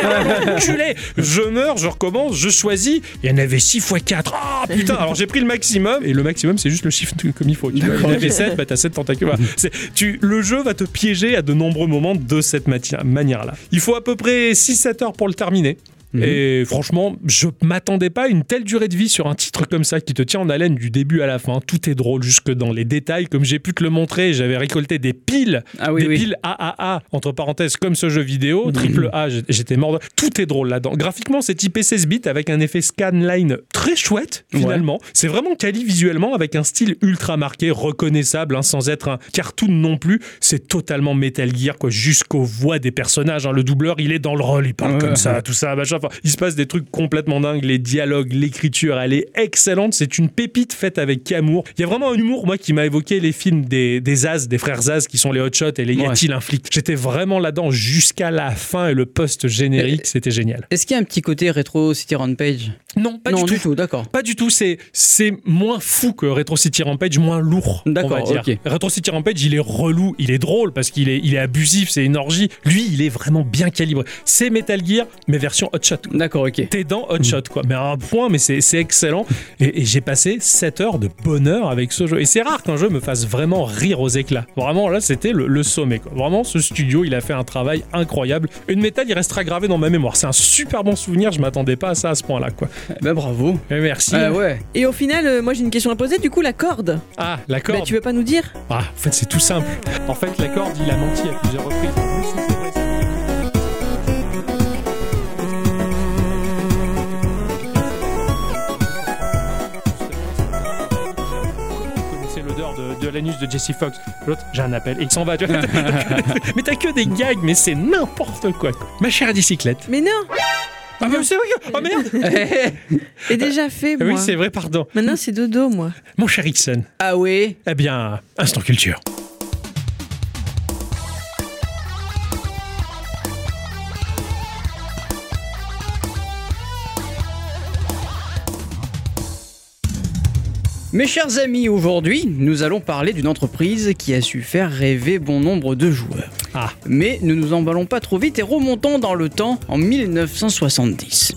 Je meurs, je recommence, je choisis. Il y en avait 6 x 4. Ah putain, alors j'ai pris le maximum. Et le maximum, c'est juste le chiffre comme il faut. Il y en avait 7, bah t'as 7 tentacules. Voilà. Le jeu va te piéger à de nombreux moments de cette manière-là. Il faut à peu près 6-7 heures pour le terminer. Et franchement, je m'attendais pas à une telle durée de vie sur un titre comme ça qui te tient en haleine du début à la fin. Tout est drôle jusque dans les détails. Comme j'ai pu te le montrer, j'avais récolté des piles, piles AAA, entre parenthèses, comme ce jeu vidéo, triple A, j'étais mort. Tout est drôle là-dedans. Graphiquement, c'est typé 16 bits avec un effet scanline très chouette, finalement. Ouais. C'est vraiment quali visuellement avec un style ultra marqué, reconnaissable, sans être un cartoon non plus. C'est totalement Metal Gear, jusqu'aux voix des personnages. Le doubleur, il est dans le rôle, il parle comme ça, tout ça, machin. Enfin, il se passe des trucs complètement dingues, les dialogues, l'écriture, elle est excellente, c'est une pépite faite avec amour. Il y a vraiment un humour, moi, qui m'a évoqué les films des Zaz, des frères Zaz, qui sont les Hot Shots et les Y a-t-il un flic? J'étais vraiment là-dedans jusqu'à la fin et le post-générique, c'était génial. Est-ce qu'il y a un petit côté rétro City Rampage? Non, pas du tout, d'accord. Pas du tout, c'est moins fou que Retro City Rampage, moins lourd, on va dire. Okay. Retro City Rampage, il est relou, il est drôle parce qu'il est abusif, c'est une orgie. Lui, il est vraiment bien calibré. C'est Metal Gear, mais version Hot Shot. D'accord, ok. T'es dans Hot Shot, quoi. Mais à un point, mais c'est excellent. Et j'ai passé 7 heures de bonheur avec ce jeu. Et c'est rare qu'un jeu me fasse vraiment rire aux éclats. Vraiment, là, c'était le sommet, quoi. Vraiment, ce studio, il a fait un travail incroyable. Une Metal, il restera gravé dans ma mémoire. C'est un super bon souvenir. Je m'attendais pas à ça à ce point-là, quoi. Ben bravo. Et merci. Ouais. Et au final, moi j'ai une question à poser. Du coup, la corde. Ah, la corde. Tu veux pas nous dire? En fait, c'est tout simple. En fait, la corde, il a menti à plusieurs reprises. Oui, c'est vrai. L'odeur de l'anus de Jesse Fox. L'autre, j'ai un appel et il s'en va. Tu vois. Mais t'as que des gags, mais c'est n'importe quoi. Ma chère bicyclette. Mais non, Ah, mais c'est vrai. Oh merde. c'est déjà fait, moi. Oui, c'est vrai, pardon. Maintenant, c'est dodo, moi. Mon cher Ixon. Ah oui. Eh bien, instant culture. Mes chers amis, aujourd'hui, nous allons parler d'une entreprise qui a su faire rêver bon nombre de joueurs. Ah. Mais ne nous emballons pas trop vite et remontons dans le temps en 1970.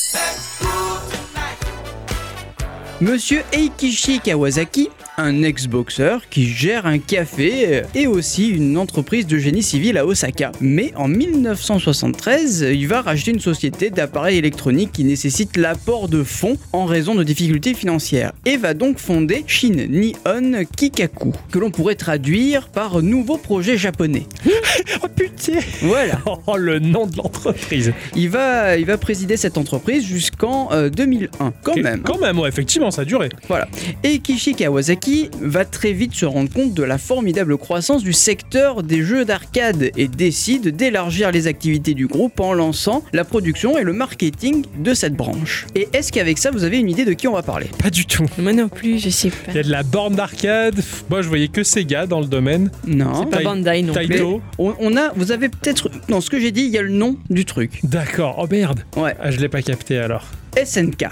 Monsieur Eikichi Kawasaki, un ex-boxeur qui gère un café et aussi une entreprise de génie civil à Osaka. Mais en 1973, il va racheter une société d'appareils électroniques qui nécessite l'apport de fonds en raison de difficultés financières et va donc fonder Shin Nihon Kikaku, que l'on pourrait traduire par nouveau projet japonais. Oh putain. Voilà. Oh, le nom de l'entreprise. Il va présider cette entreprise jusqu'en 2001, quand même. Quand même, ouais, effectivement, ça a duré. Voilà. Eikichi Kawasaki va très vite se rendre compte de la formidable croissance du secteur des jeux d'arcade et décide d'élargir les activités du groupe en lançant la production et le marketing de cette branche. Et est-ce qu'avec ça, vous avez une idée de qui on va parler ? Pas du tout. Moi non plus, je sais pas. Il y a de la borne d'arcade. Moi, je voyais que Sega dans le domaine. Non. Pas Bandai non plus. Taito. Vous avez peut-être... Dans ce que j'ai dit, il y a le nom du truc. D'accord. Oh merde. Ouais. Ah, je l'ai pas capté alors. SNK.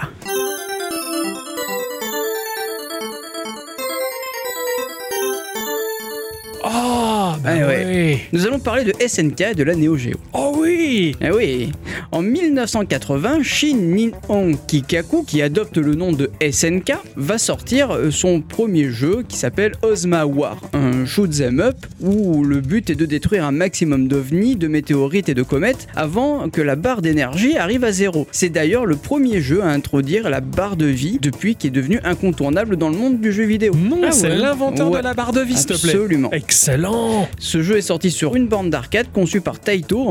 Oh, bah Ah, ouais. Nous allons parler de SNK et de la Neo Geo. Oh oui. Eh oui. En 1980, Shin Nihon Kikaku, qui adopte le nom de SNK, va sortir son premier jeu qui s'appelle Ozma War, un shoot'em up où le but est de détruire un maximum d'ovnis, de météorites et de comètes avant que la barre d'énergie arrive à zéro. C'est d'ailleurs le premier jeu à introduire la barre de vie depuis qui est devenu incontournable dans le monde du jeu vidéo. Non, Ah c'est ouais. l'inventeur Ouais. de la barre de vie, s'il te plaît. Absolument. Excellent. Ce jeu est sorti sur une borne d'arcade conçue par Taito en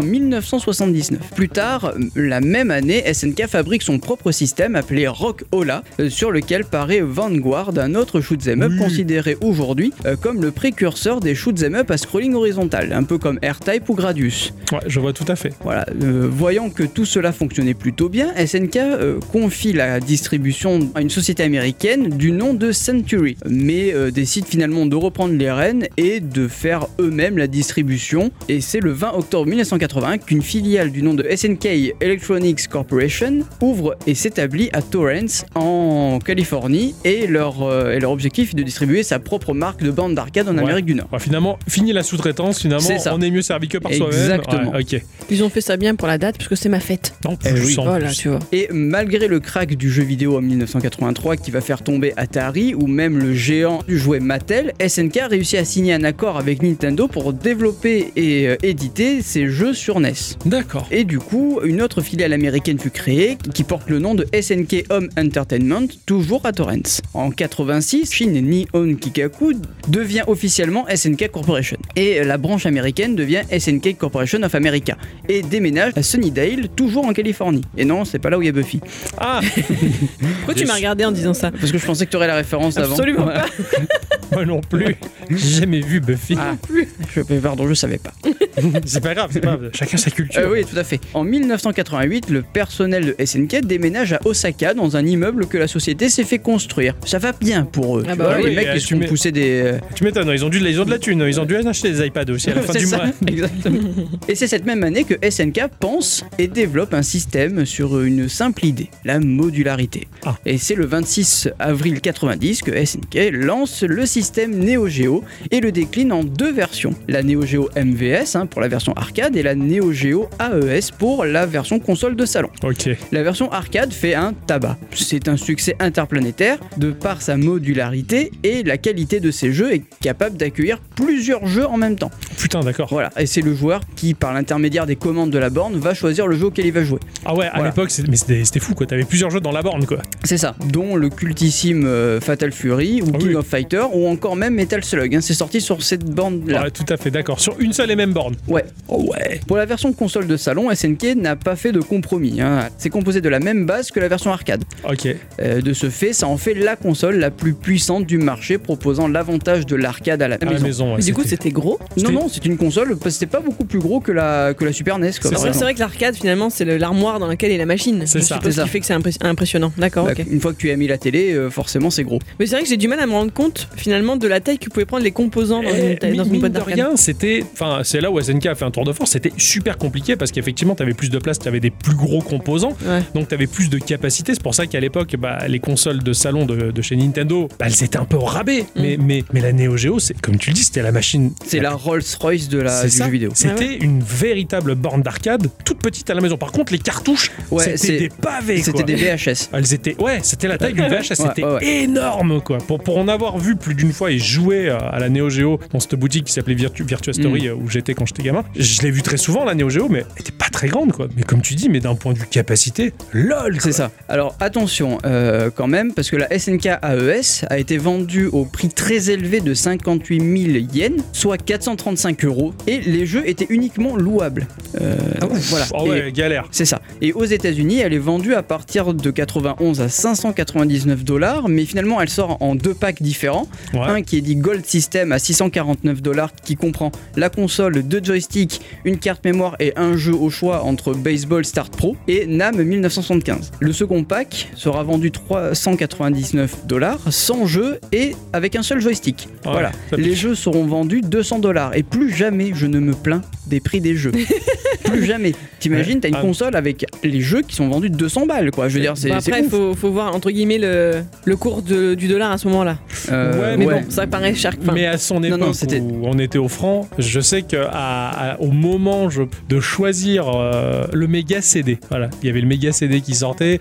1979. Plus tard, la même année, SNK fabrique son propre système appelé Rock Ola, sur lequel paraît Vanguard, un autre shoot'em up considéré aujourd'hui comme le précurseur des shoot'em up à scrolling horizontal, un peu comme R-Type ou Gradius. Ouais, je vois tout à fait. Voilà, voyant que tout cela fonctionnait plutôt bien, SNK confie la distribution à une société américaine du nom de Century, mais décide finalement de reprendre les rênes et de faire eux-mêmes la distribution. Et c'est le 20 octobre 1981 qu'une filiale du nom de SNK Electronics Corporation ouvre et s'établit à Torrance en Californie, et leur objectif est de distribuer sa propre marque de bande d'arcade en Ouais. Amérique du Nord. Ouais, finalement, fini la sous-traitance. Finalement, C'est ça. on est mieux servi que par soi-même. Exactement. Ouais, ok. Ils ont fait ça bien pour la date, parce que c'est ma fête. En Eh plus, oui. en Voilà, plus. tu vois. Et malgré le crack du jeu vidéo en 1983 qui va faire tomber Atari ou même le géant du jouet Mattel, SNK a réussi à signer un accord avec Nintendo pour développer et éditer ses jeux sur NES. D'accord. Et du coup, une autre filiale américaine fut créée qui porte le nom de SNK Home Entertainment, toujours à Torrance. En 86, Shin Nihon Kikaku devient officiellement SNK Corporation. Et la branche américaine devient SNK Corporation of America. Et déménage à Sunnydale, toujours en Californie. Et non, c'est pas là où il y a Buffy. Ah, Pourquoi tu m'as regardé en disant ça? Parce que je pensais que tu aurais la référence avant. Absolument Ouais. pas. moi non plus. J'ai jamais vu Buffy. Ah, pardon, je savais pas. C'est pas grave, c'est pas grave. Chacun sa culture. Oui, tout à fait. En 1988, le personnel de SNK déménage à Osaka dans un immeuble que la société s'est fait construire. Ça va bien pour eux. Ah tu bah vois, oui, les mecs, ils tu se font mets- pousser des. Tu m'étonnes, ils ont de la thune. Ils ont dû acheter des iPads aussi à la fin C'est du ça, mois. exactement. Et c'est cette même année que SNK pense et développe un système sur une simple idée, la modularité. Ah. Et c'est le 26 avril 90 que SNK lance le système Neo Geo et le décline en deux versions. La Neo Geo MVS pour la version arcade et la Neo Geo AES pour la version console de salon. Ok. La version arcade fait un tabac. C'est un succès interplanétaire de par sa modularité et la qualité de ses jeux est capable d'accueillir plusieurs jeux en même temps. Putain, d'accord. Voilà, et c'est le joueur qui, par l'intermédiaire des commandes de la borne, va choisir le jeu auquel il va jouer. Ah ouais, à Voilà. l'époque, c'était fou, quoi. T'avais plusieurs jeux dans la borne, quoi. C'est ça, dont le cultissime Fatal Fury ou Ah King oui. of Fighter ou encore même Metal Slug. C'est sorti sur cette borne-là. Ouais, tout à fait, d'accord. Sur une seule et même borne. Ouais. Oh ouais. Pour la version console de salon, SNK n'a pas fait de compromis. C'est composé de la même base que la version arcade. Ok. De ce fait, ça en fait la console la plus puissante du marché, proposant l'avantage de l'arcade à la À la maison, ouais, Mais du coup, c'était gros. Non, c'est une console, c'était pas beaucoup plus gros que la Super NES. Quoi, C'est par ça. C'est exemple. vrai que l'arcade, finalement, c'est l'armoire dans laquelle est la machine. C'est Je ça. suppose C'est ça. ce qui fait que c'est impressionnant. D'accord, ok. Une fois que tu as mis la télé, forcément c'est gros. Mais c'est vrai que j'ai du mal à me rendre compte, finalement, de la taille que pouvaient prendre les composants dans une mine boîte de d'arcade. rien, c'est là où SNK a fait un tour de force. C'était super compliqué parce qu'effectivement, t'avais plus de place, t'avais des plus gros composants, Ouais. donc t'avais plus de capacité. C'est pour ça qu'à l'époque, les consoles de salon de chez Nintendo, elles étaient un peu au rabais. Mais la Neo Geo, c'est comme tu le dis, c'était la machine. C'est la Rolls-Royce du C'est ça. jeu vidéo. C'était une véritable borne d'arcade, toute petite à la maison. Par contre, les cartouches, Ouais, c'était des pavés. C'était quoi. des VHS. Elles étaient, c'était la taille d'une VHS, c'était ouais. énorme quoi. Pour en avoir vu plus d'une fois et jouer à la Neo Geo dans cette boutique qui s'appelait Virtua Story où j'étais quand j'étais gamin, je l'ai vu très souvent la Neo Geo, mais elle était pas très grande quoi. Mais comme tu dis, mais d'un point de vue capacité, lol. C'est ça. Alors attention quand même, parce que la SNK AES a été vendue au prix très élevé de 58 000 yens, soit 435 €, et les jeux étaient uniquement louables. Voilà. Oh ouais, Et- galère. C'est ça. Et aux États-Unis, elle est vendue à partir de 91 à 599 $, mais finalement, elle sort en 2 packs différents. Ouais. Un qui est dit Gold System à 649 $, qui comprend la console, 2 joysticks, une carte mémoire et un jeu au choix entre Baseball Start Pro et NAM 1975. Le second pack sera vendu 399 $, sans jeu et avec un seul joystick. Ouais, Voilà. ça Les pique. jeux seront vendus 200 $. Et plus jamais je ne me plains des prix des jeux. Plus jamais. T'imagines, t'as une Ah. console avec les jeux qui sont vendus 200 balles, quoi. Je veux dire, c'est Bon, après, c'est ouf. faut voir entre guillemets le cours du dollar à ce moment-là. Ouais, Mais ouais. bon, ça paraît cher. Enfin, Mais à son époque non, c'était- où on était au franc, je sais que au moment de choisir le méga CD, voilà, il y avait le méga CD qui sortait.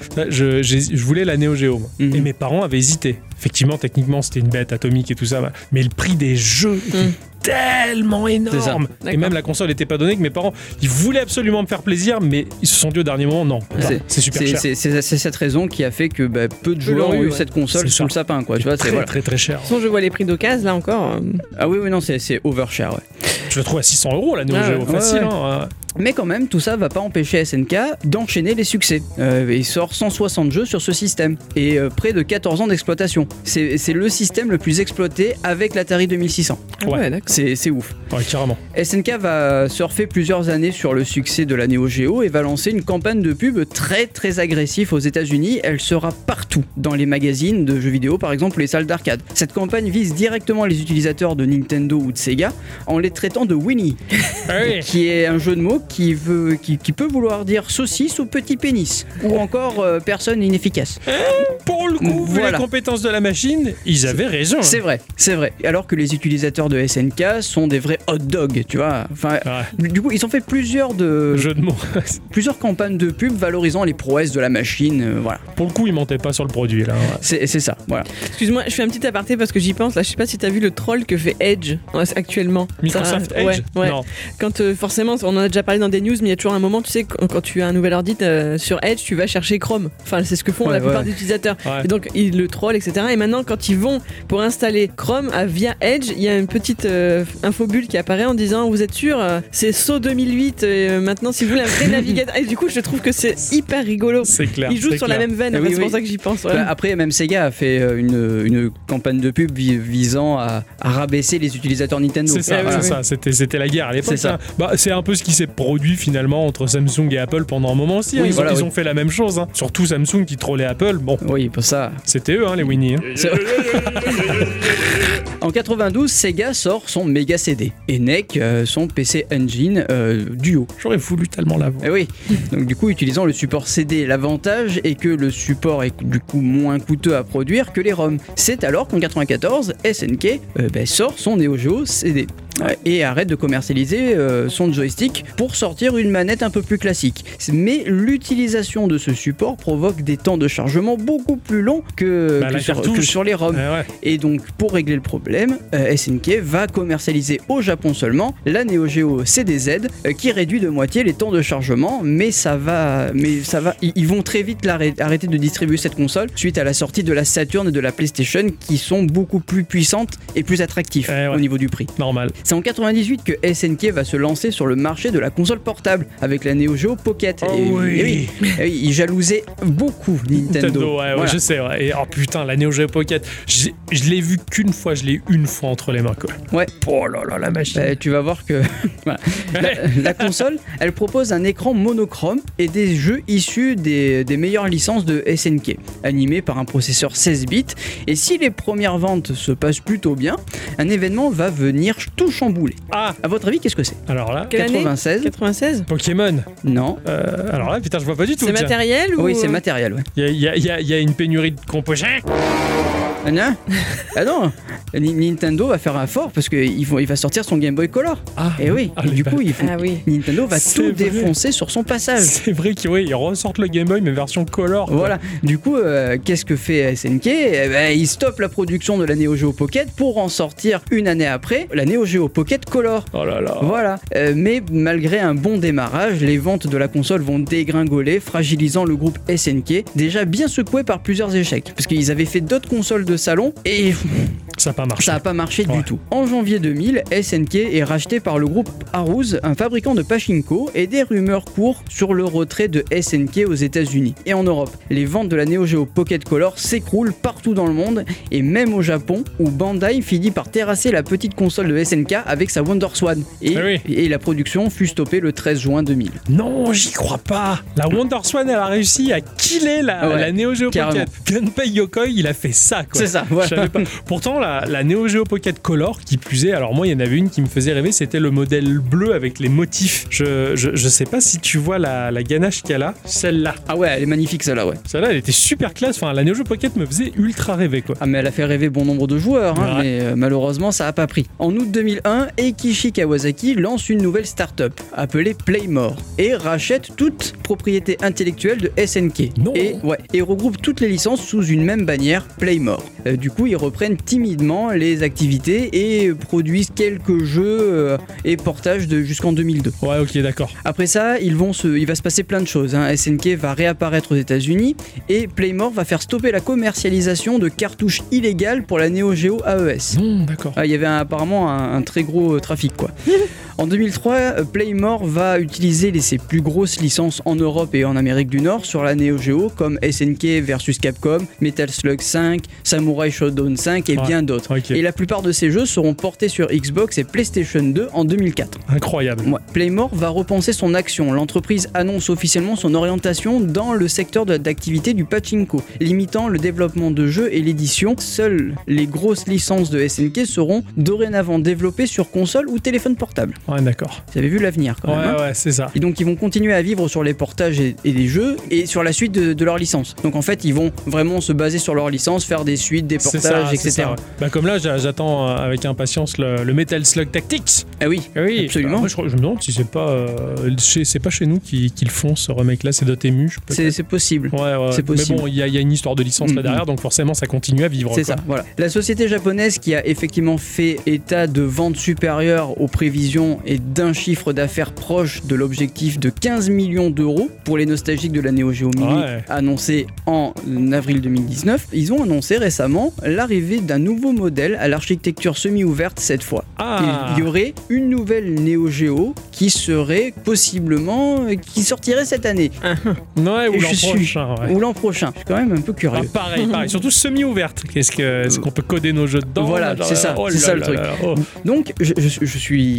Je voulais la Neo Geo, moi. Mhm. Et mes parents avaient hésité. Effectivement, techniquement, c'était une bête atomique et tout ça, mais le prix des jeux était tellement énorme. Et D'accord. même la console n'était pas donnée que mes parents, ils voulaient absolument me faire plaisir, mais ils se sont dit au dernier moment, non, c'est super cher. C'est cette raison qui a fait que peu de joueurs l'ont ont eu, eu ouais. cette console C'est sous ça. le sapin, quoi. Tu vois, c'est Très, voilà. très très cher. de toute façon, je vois les prix d'occasion là encore. Ah oui, non, c'est overshare, ouais. Je le trouve à 600 € la Neo Ah, Geo, ouais, facile. ouais. Hein. Mais quand même, tout ça va pas empêcher SNK d'enchaîner les succès. Il sort 160 jeux sur ce système et près de 14 ans d'exploitation. C'est le système le plus exploité avec l'Atari 2600. Ah Ouais. d'accord. C'est ouf. Ouais, carrément. SNK va surfer plusieurs années sur le succès de la Neo Geo et va lancer une campagne de pub très très agressive aux États-Unis. Elle sera partout, dans les magazines de jeux vidéo par exemple, les salles d'arcade. Cette campagne vise directement les utilisateurs de Nintendo ou de Sega en les traitant de Winnie, Ouais. qui est un jeu de mots qui peut vouloir dire saucisse ou petit pénis, ou encore personne inefficace. Pour le coup, vu Voilà. les compétences de la machine, ils avaient raison. C'est vrai, c'est vrai. Alors que les utilisateurs de SNK sont des vrais hot dogs, tu vois. Enfin, Ouais. du coup, ils ont fait plusieurs Jeu de mots. campagnes de pub valorisant les prouesses de la machine. Voilà, Pour le coup, ils montaient pas sur le produit là. Ouais. c'est ça. Voilà. Excuse-moi, je fais un petit aparté parce que j'y pense. Là, je sais pas si t'as vu le troll que fait Edge actuellement. Microsoft Ça- Edge ouais. Non. Quand forcément, on en a déjà parlé dans des news, mais il y a toujours un moment, tu sais, quand tu as un nouvel ordi sur Edge, tu vas chercher Chrome. Enfin, c'est ce que font Ouais, la plupart ouais. des utilisateurs. Ouais. Et donc, ils le trollent, etc. Et maintenant, quand ils vont pour installer Chrome via Edge, il y a une petite infobulle qui apparaît en disant vous êtes sûr, c'est SO 2008. Maintenant, si vous voulez un vrai navigateur. Et du coup, je trouve que c'est hyper rigolo. C'est clair. Ils jouent c'est sur clair. la même veine. Ah Enfin, oui, c'est pour oui. ça que j'y pense. ouais. Bah, après, même Sega a fait une campagne de pub visant à rabaisser les utilisateurs Nintendo. C'est ça, Ouais, ouais, c'est ouais. ça. C'était la guerre à l'époque. C'est ça. hein. Bah, c'est un peu ce qui s'est produit finalement entre Samsung et Apple pendant un moment aussi. hein. Oui, Ils, voilà, ont, ils oui. ont fait la même chose. hein. Surtout Samsung qui trollait Apple. Bon, Oui, pour ça. c'était eux, hein, les Winnie. hein. En 92, Sega sort son Mega CD et NEC son PC Engine Duo. J'aurais voulu tellement l'avoir. Eh oui, donc du coup utilisant le support CD, l'avantage est que le support est du coup moins coûteux à produire que les ROM. C'est alors qu'en 94, SNK sort son Neo Geo CD. et arrête de commercialiser son joystick pour sortir une manette un peu plus classique. Mais l'utilisation de ce support provoque des temps de chargement beaucoup plus longs que sur les ROM. Ouais. Et donc pour régler le problème, SNK va commercialiser au Japon seulement la Neo Geo CDZ qui réduit de moitié les temps de chargement, mais ils vont très vite arrêter de distribuer cette console suite à la sortie de la Saturn et de la PlayStation qui sont beaucoup plus puissantes et plus attractives au niveau du prix. Normal. C'est en 98 que SNK va se lancer sur le marché de la console portable avec la Neo Geo Pocket. Et il jalousait beaucoup Nintendo. Ouais, je sais. Ouais. Et oh putain, la Neo Geo Pocket, je l'ai vue qu'une fois, je l'ai eu une fois entre les mains, quoi. Ouais. Oh là là, la machine. Tu vas voir que voilà. la console, elle propose un écran monochrome et des jeux issus des meilleures licences de SNK, animés par un processeur 16 bits. Et si les premières ventes se passent plutôt bien, un événement va venir tout chambouler. Ah, à votre avis, qu'est-ce que c'est? Alors là, Quelle année 96. 96. Pokémon. Non. Alors là, putain, je vois pas du tout. C'est tiens. matériel ou... Oui, c'est matériel, ouais. Il y a une pénurie de composants. Ah non, ah non. Nintendo va faire un fort parce qu'il va sortir son Game Boy Color. Ah, Et oui, et du coup, Nintendo va C'est tout vrai. défoncer sur son passage. C'est vrai qu'ils ressortent le Game Boy, mais version color. quoi. Voilà, du coup, qu'est-ce que fait SNK? Il stoppe la production de la Neo Geo Pocket pour en sortir une année après la Neo Geo Pocket Color. Oh là là. Voilà, mais malgré un bon démarrage, les ventes de la console vont dégringoler, fragilisant le groupe SNK, déjà bien secoué par plusieurs échecs. Parce qu'ils avaient fait d'autres consoles de salon et Ça n'a pas marché. ça n'a pas marché du tout. En janvier 2000, SNK est racheté par le groupe Arouse, un fabricant de pachinko, et des rumeurs courent sur le retrait de SNK aux États-Unis et en Europe. Les ventes de la Neo Geo Pocket Color s'écroulent partout dans le monde et même au Japon où Bandai finit par terrasser la petite console de SNK avec sa WonderSwan. Et la production fut stoppée le 13 juin 2000. Non, j'y crois pas. La WonderSwan, elle a réussi à killer la Neo Geo carrément. Pocket. Gunpei Yokoi, il a fait ça, quoi. C'est ça, Je voilà. savais pas. Pourtant, la Neo Geo Pocket Color, qui plus est, alors moi, il y en avait une qui me faisait rêver, c'était le modèle bleu avec les motifs. Je sais pas si tu vois la ganache qu'elle a, celle-là. Ah ouais, elle est magnifique celle-là, ouais. Celle-là, elle était super classe. Enfin, la Neo Geo Pocket me faisait ultra rêver, quoi. Ah mais elle a fait rêver bon nombre de joueurs, hein, Ouais. mais malheureusement ça a pas pris. En août 2001, Eikichi Kawasaki lance une nouvelle start-up appelée Playmore et rachète toute propriété intellectuelle de SNK. Non. Et regroupe toutes les licences sous une même bannière, Playmore. Du coup, ils reprennent timidement les activités et produisent quelques jeux et portages jusqu'en 2002. Ouais, ok, d'accord. Après ça, il va se passer plein de choses. Hein. SNK va réapparaître aux États-Unis et Playmore va faire stopper la commercialisation de cartouches illégales pour la Neo Geo AES. Non, d'accord. Il y avait apparemment un très gros trafic, quoi. En 2003, Playmore va utiliser ses plus grosses licences en Europe et en Amérique du Nord sur la Neo Geo, comme SNK vs Capcom, Metal Slug 5, Samurai Shodown 5 et bien d'autres. Ok. Et la plupart de ces jeux seront portés sur Xbox et PlayStation 2 en 2004. Incroyable. Ouais. Playmore va repenser son action. L'entreprise annonce officiellement son orientation dans le secteur d'activité du pachinko, limitant le développement de jeux et l'édition. Seules les grosses licences de SNK seront dorénavant développées sur console ou téléphone portable. Ouais, d'accord. Vous avez vu l'avenir quand même. Hein. Ouais, c'est ça. Et donc ils vont continuer à vivre sur les portages et les jeux et sur la suite de leur licence. Donc en fait ils vont vraiment se baser sur leur licence, faire des suites, des C'est portages, ça, etc. c'est ça, ouais. Bah, comme là, j'attends avec impatience le Metal Slug Tactics. Ah oui, Oui, absolument. Moi, je me demande si c'est pas chez nous qu'ils font ce remake-là, c'est Dotemu. C'est possible. Ouais, c'est possible. Mais bon, il y a une histoire de licence là derrière, donc forcément ça continue à vivre. C'est quoi. ça, voilà. La société japonaise qui a effectivement fait état de ventes supérieures aux prévisions et d'un chiffre d'affaires proche de l'objectif de 15 millions d'euros pour les nostalgiques de la Neo Geo Mini Ouais. annoncé en avril 2019, ils ont annoncé récemment l'arrivée d'un nouveau modèle à l'architecture semi-ouverte cette fois. Ah. Il y aurait une nouvelle Neo Geo qui serait possiblement qui sortirait cette année Ouais, ou Et l'an je suis- prochain. Ouais. ou l'an prochain. Je suis quand même un peu Ah, curieux. pareil. Surtout semi-ouverte. Est-ce qu'on peut coder nos jeux dedans Voilà, là, c'est ça, oh c'est là ça le là truc. là, oh. Donc, je suis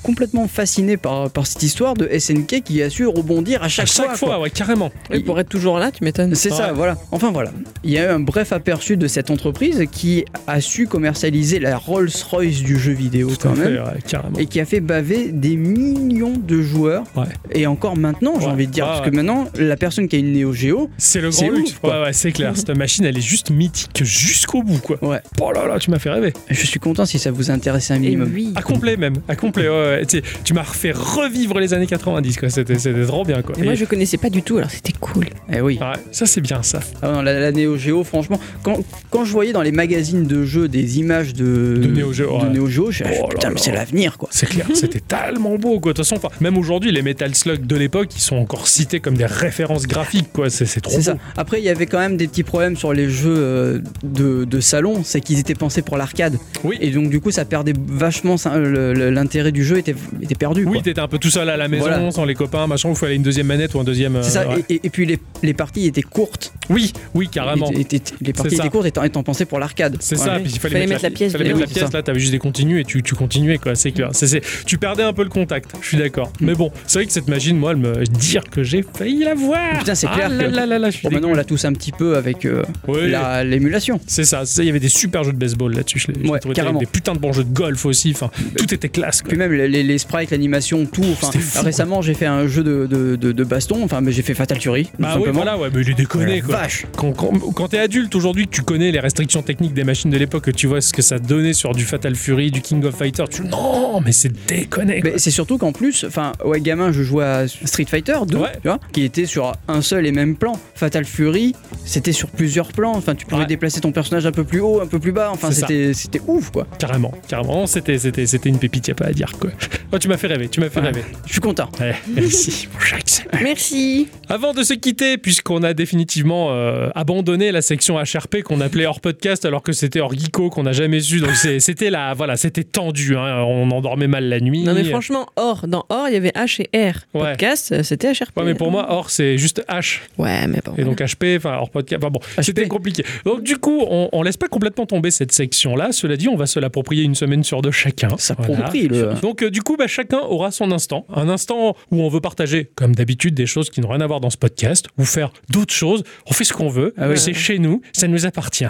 complètement fasciné par cette histoire de SNK qui a su rebondir à chaque fois. fois, ouais, carrément. Oui, pour être toujours là, tu m'étonnes. C'est ça, voilà. Enfin voilà. Il y a eu un bref aperçu de cette entreprise qui a su commercialiser la Rolls-Royce du jeu vidéo quand même. Ouais, carrément. Et qui a fait baver des millions de joueurs. Ouais. Et encore maintenant, j'ai envie de dire. Parce que maintenant, la personne qui a une Neo Geo, c'est le grand c'est luxe. ouf, quoi. Ouais, c'est clair. Cette machine, elle est juste mythique jusqu'au bout, quoi. Ouais. Oh là là, tu m'as fait rêver. Je suis content si ça vous intéresse un Et minimum. oui. À complet même, à complet. Ouais. Tu m'as refait revivre les années 90, quoi. C'était trop bien, quoi. Et moi, je connaissais pas du tout, alors c'était cool. Eh oui. Ouais, ça c'est bien ça. Ah non, la Neo Geo, franchement, quand je voyais dans les magazines de jeux des images de Neo Geo, ouais. Neo Geo, je me Oh là putain, là. mais c'est l'avenir, quoi. C'est clair, c'était tellement beau, quoi. De toute façon, même aujourd'hui, les Metal Slug de l'époque, ils sont encore cités comme des références graphiques, quoi. C'est trop C'est beau. ça. Après, il y avait quand même des petits problèmes sur les jeux de salon, c'est qu'ils étaient pensés pour l'arcade. Oui. Et donc, du coup, ça perdait vachement. L'intérêt du jeu était perdu. Oui, quoi. t'étais un peu tout seul à la maison, Voilà. sans les copains, machin, où il fallait une deuxième manette ou un deuxième. C'est ça. Ouais. Et puis, les parties étaient courtes. Oui, carrément. Les parties ça. étaient courtes étant pensées pour l'arcade. C'est Ouais. ça, puis il Fallait mettre la pièce Fallait dedans. mettre la pièce, C'est ça. là, t'avais juste des continues et tu continuais, quoi. C'est clair. Tu perdais un peu le contact, je suis d'accord. Mais bon, c'est vrai que cette machine, moi, elle me dire que j'ai failli la voir. Putain, c'est clair Ah que- là là là, je suis Bon, maintenant, on dégoûté. la tousse un petit peu avec Oui. l'émulation. C'est ça, il y avait des super jeux de baseball là-dessus. Je l'ai Ouais, trouvé carrément. des putains de bons jeux de golf aussi. Enfin, tout était classe, quoi. Puis même les sprites, l'animation, tout. Enfin, C'était fou, récemment, j'ai fait un jeu de baston. Enfin, mais j'ai fait Fatal Fury. tout Bah oui, simplement. voilà, ouais, mais il est déconné, Oh, quoi. vache. Quand t'es adulte aujourd'hui, que tu connais les restrictions techniques des machines de l'époque, que tu vois ce que ça donnait sur du Fatal Fury, du King of Fighters, non, mais c'est déconné, quoi. Mais c'est surtout qu'en plus, enfin, ouais, gamin, je jouais à Street Fighter 2, Ouais. tu vois, qui était sur un seul et même plan. Fatal Fury, c'était sur plusieurs plans. Enfin, tu pouvais Ouais. déplacer ton personnage un peu plus haut, un peu plus bas. Enfin, C'est ça. c'était ouf, quoi. Carrément. C'était une pépite, y a pas à dire, quoi. Oh, tu m'as fait rêver. Je suis content. Ouais, merci, mon Jacques. Merci. Avant de se quitter, puisqu'on a définitivement abandonné la section HRP qu'on appelait hors podcast alors que c'était hors geeko qu'on n'a jamais su, donc c'était là, voilà, c'était tendu, hein, on endormait mal la nuit. Non mais franchement, dans Or, il y avait H et R. Ouais. Podcast, c'était HRP. Ouais, mais pour moi, hors c'est juste H. Ouais, mais bon. Et donc HP, enfin hors podcast, enfin bon, c'était compliqué. Donc du coup, on laisse pas complètement tomber cette section-là. Cela dit, on va se l'approprier une semaine sur deux chacun. S'approprie, le- Donc du coup, chacun aura son instant. Un instant où on veut partager, comme d'habitude, des choses qui n'ont rien à voir dans ce podcast, ou faire d'autres choses. On fait ce qu'on veut. Ah oui. C'est chez nous, ça nous appartient.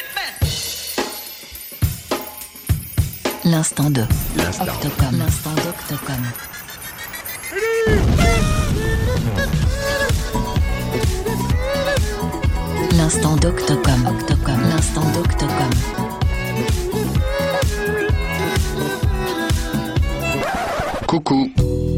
L'instant de Octocom. L'instant d'Octocom. L'instant d'Octocom. Octocom. L'instant d'Octocom. Coucou.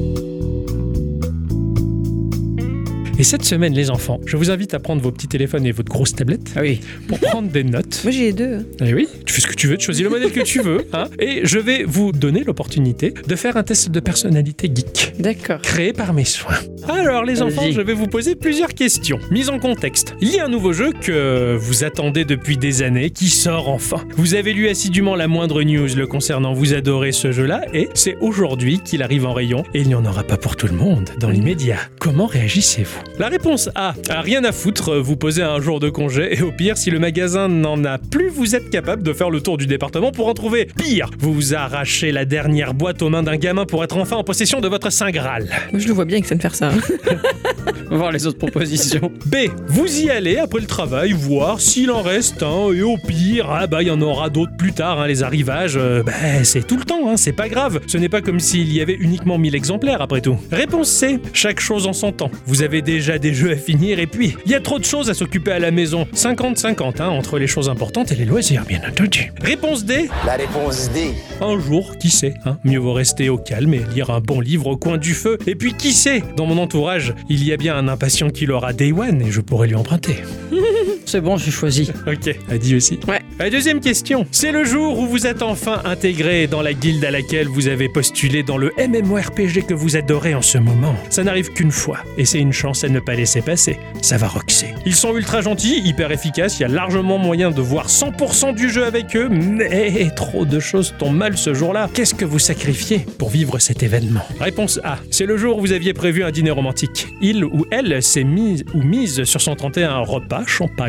Et cette semaine, les enfants, je vous invite à prendre vos petits téléphones et votre grosse tablette Ah oui. pour prendre des notes. Moi j'ai les deux. Eh oui, tu fais ce que tu veux, tu choisis le modèle que tu veux. Hein, et je vais vous donner l'opportunité de faire un test de personnalité geek. D'accord. Créé par mes soins. Alors les enfants, Vas-y. je vais vous poser plusieurs questions. Mise en contexte. Il y a un nouveau jeu que vous attendez depuis des années qui sort enfin. Vous avez lu assidûment la moindre news le concernant, vous adorez ce jeu-là et c'est aujourd'hui qu'il arrive en rayon et il n'y en aura pas pour tout le monde dans l'immédiat. Comment réagissez-vous? La réponse A. Rien à foutre, vous posez un jour de congé et au pire, si le magasin n'en a plus, vous êtes capable de faire le tour du département pour en trouver. Pire, vous vous arrachez la dernière boîte aux mains d'un gamin pour être enfin en possession de votre Saint Graal. Moi je le vois bien que ça ne faire ça. On va voir les autres propositions. B. Vous y allez après le travail, voir s'il en reste un, et au pire, il y en aura d'autres plus tard, hein, les arrivages, c'est tout le temps, hein, c'est pas grave. Ce n'est pas comme s'il y avait uniquement 1000 exemplaires après tout. Réponse C. Chaque chose en son temps. Vous avez déjà des jeux à finir, et puis, il y a trop de choses à s'occuper à la maison. 50-50, hein, entre les choses importantes et les loisirs, bien entendu. Réponse D. La réponse D. Un jour, qui sait, hein, mieux vaut rester au calme et lire un bon livre au coin du feu. Et puis, qui sait, dans mon entourage, il y a bien un impatient qui l'aura Day One et je pourrais lui emprunter. C'est bon, j'ai choisi. Ok, a dit aussi. Ouais. La deuxième question. C'est le jour où vous êtes enfin intégré dans la guilde à laquelle vous avez postulé dans le MMORPG que vous adorez en ce moment. Ça n'arrive qu'une fois, et c'est une chance à ne pas laisser passer. Ça va roxer. Ils sont ultra gentils, hyper efficaces, il y a largement moyen de voir 100% du jeu avec eux, mais trop de choses tombent mal ce jour-là. Qu'est-ce que vous sacrifiez pour vivre cet événement? Réponse A. C'est le jour où vous aviez prévu un dîner romantique. Il ou elle s'est mise sur son 31 un repas, champagne,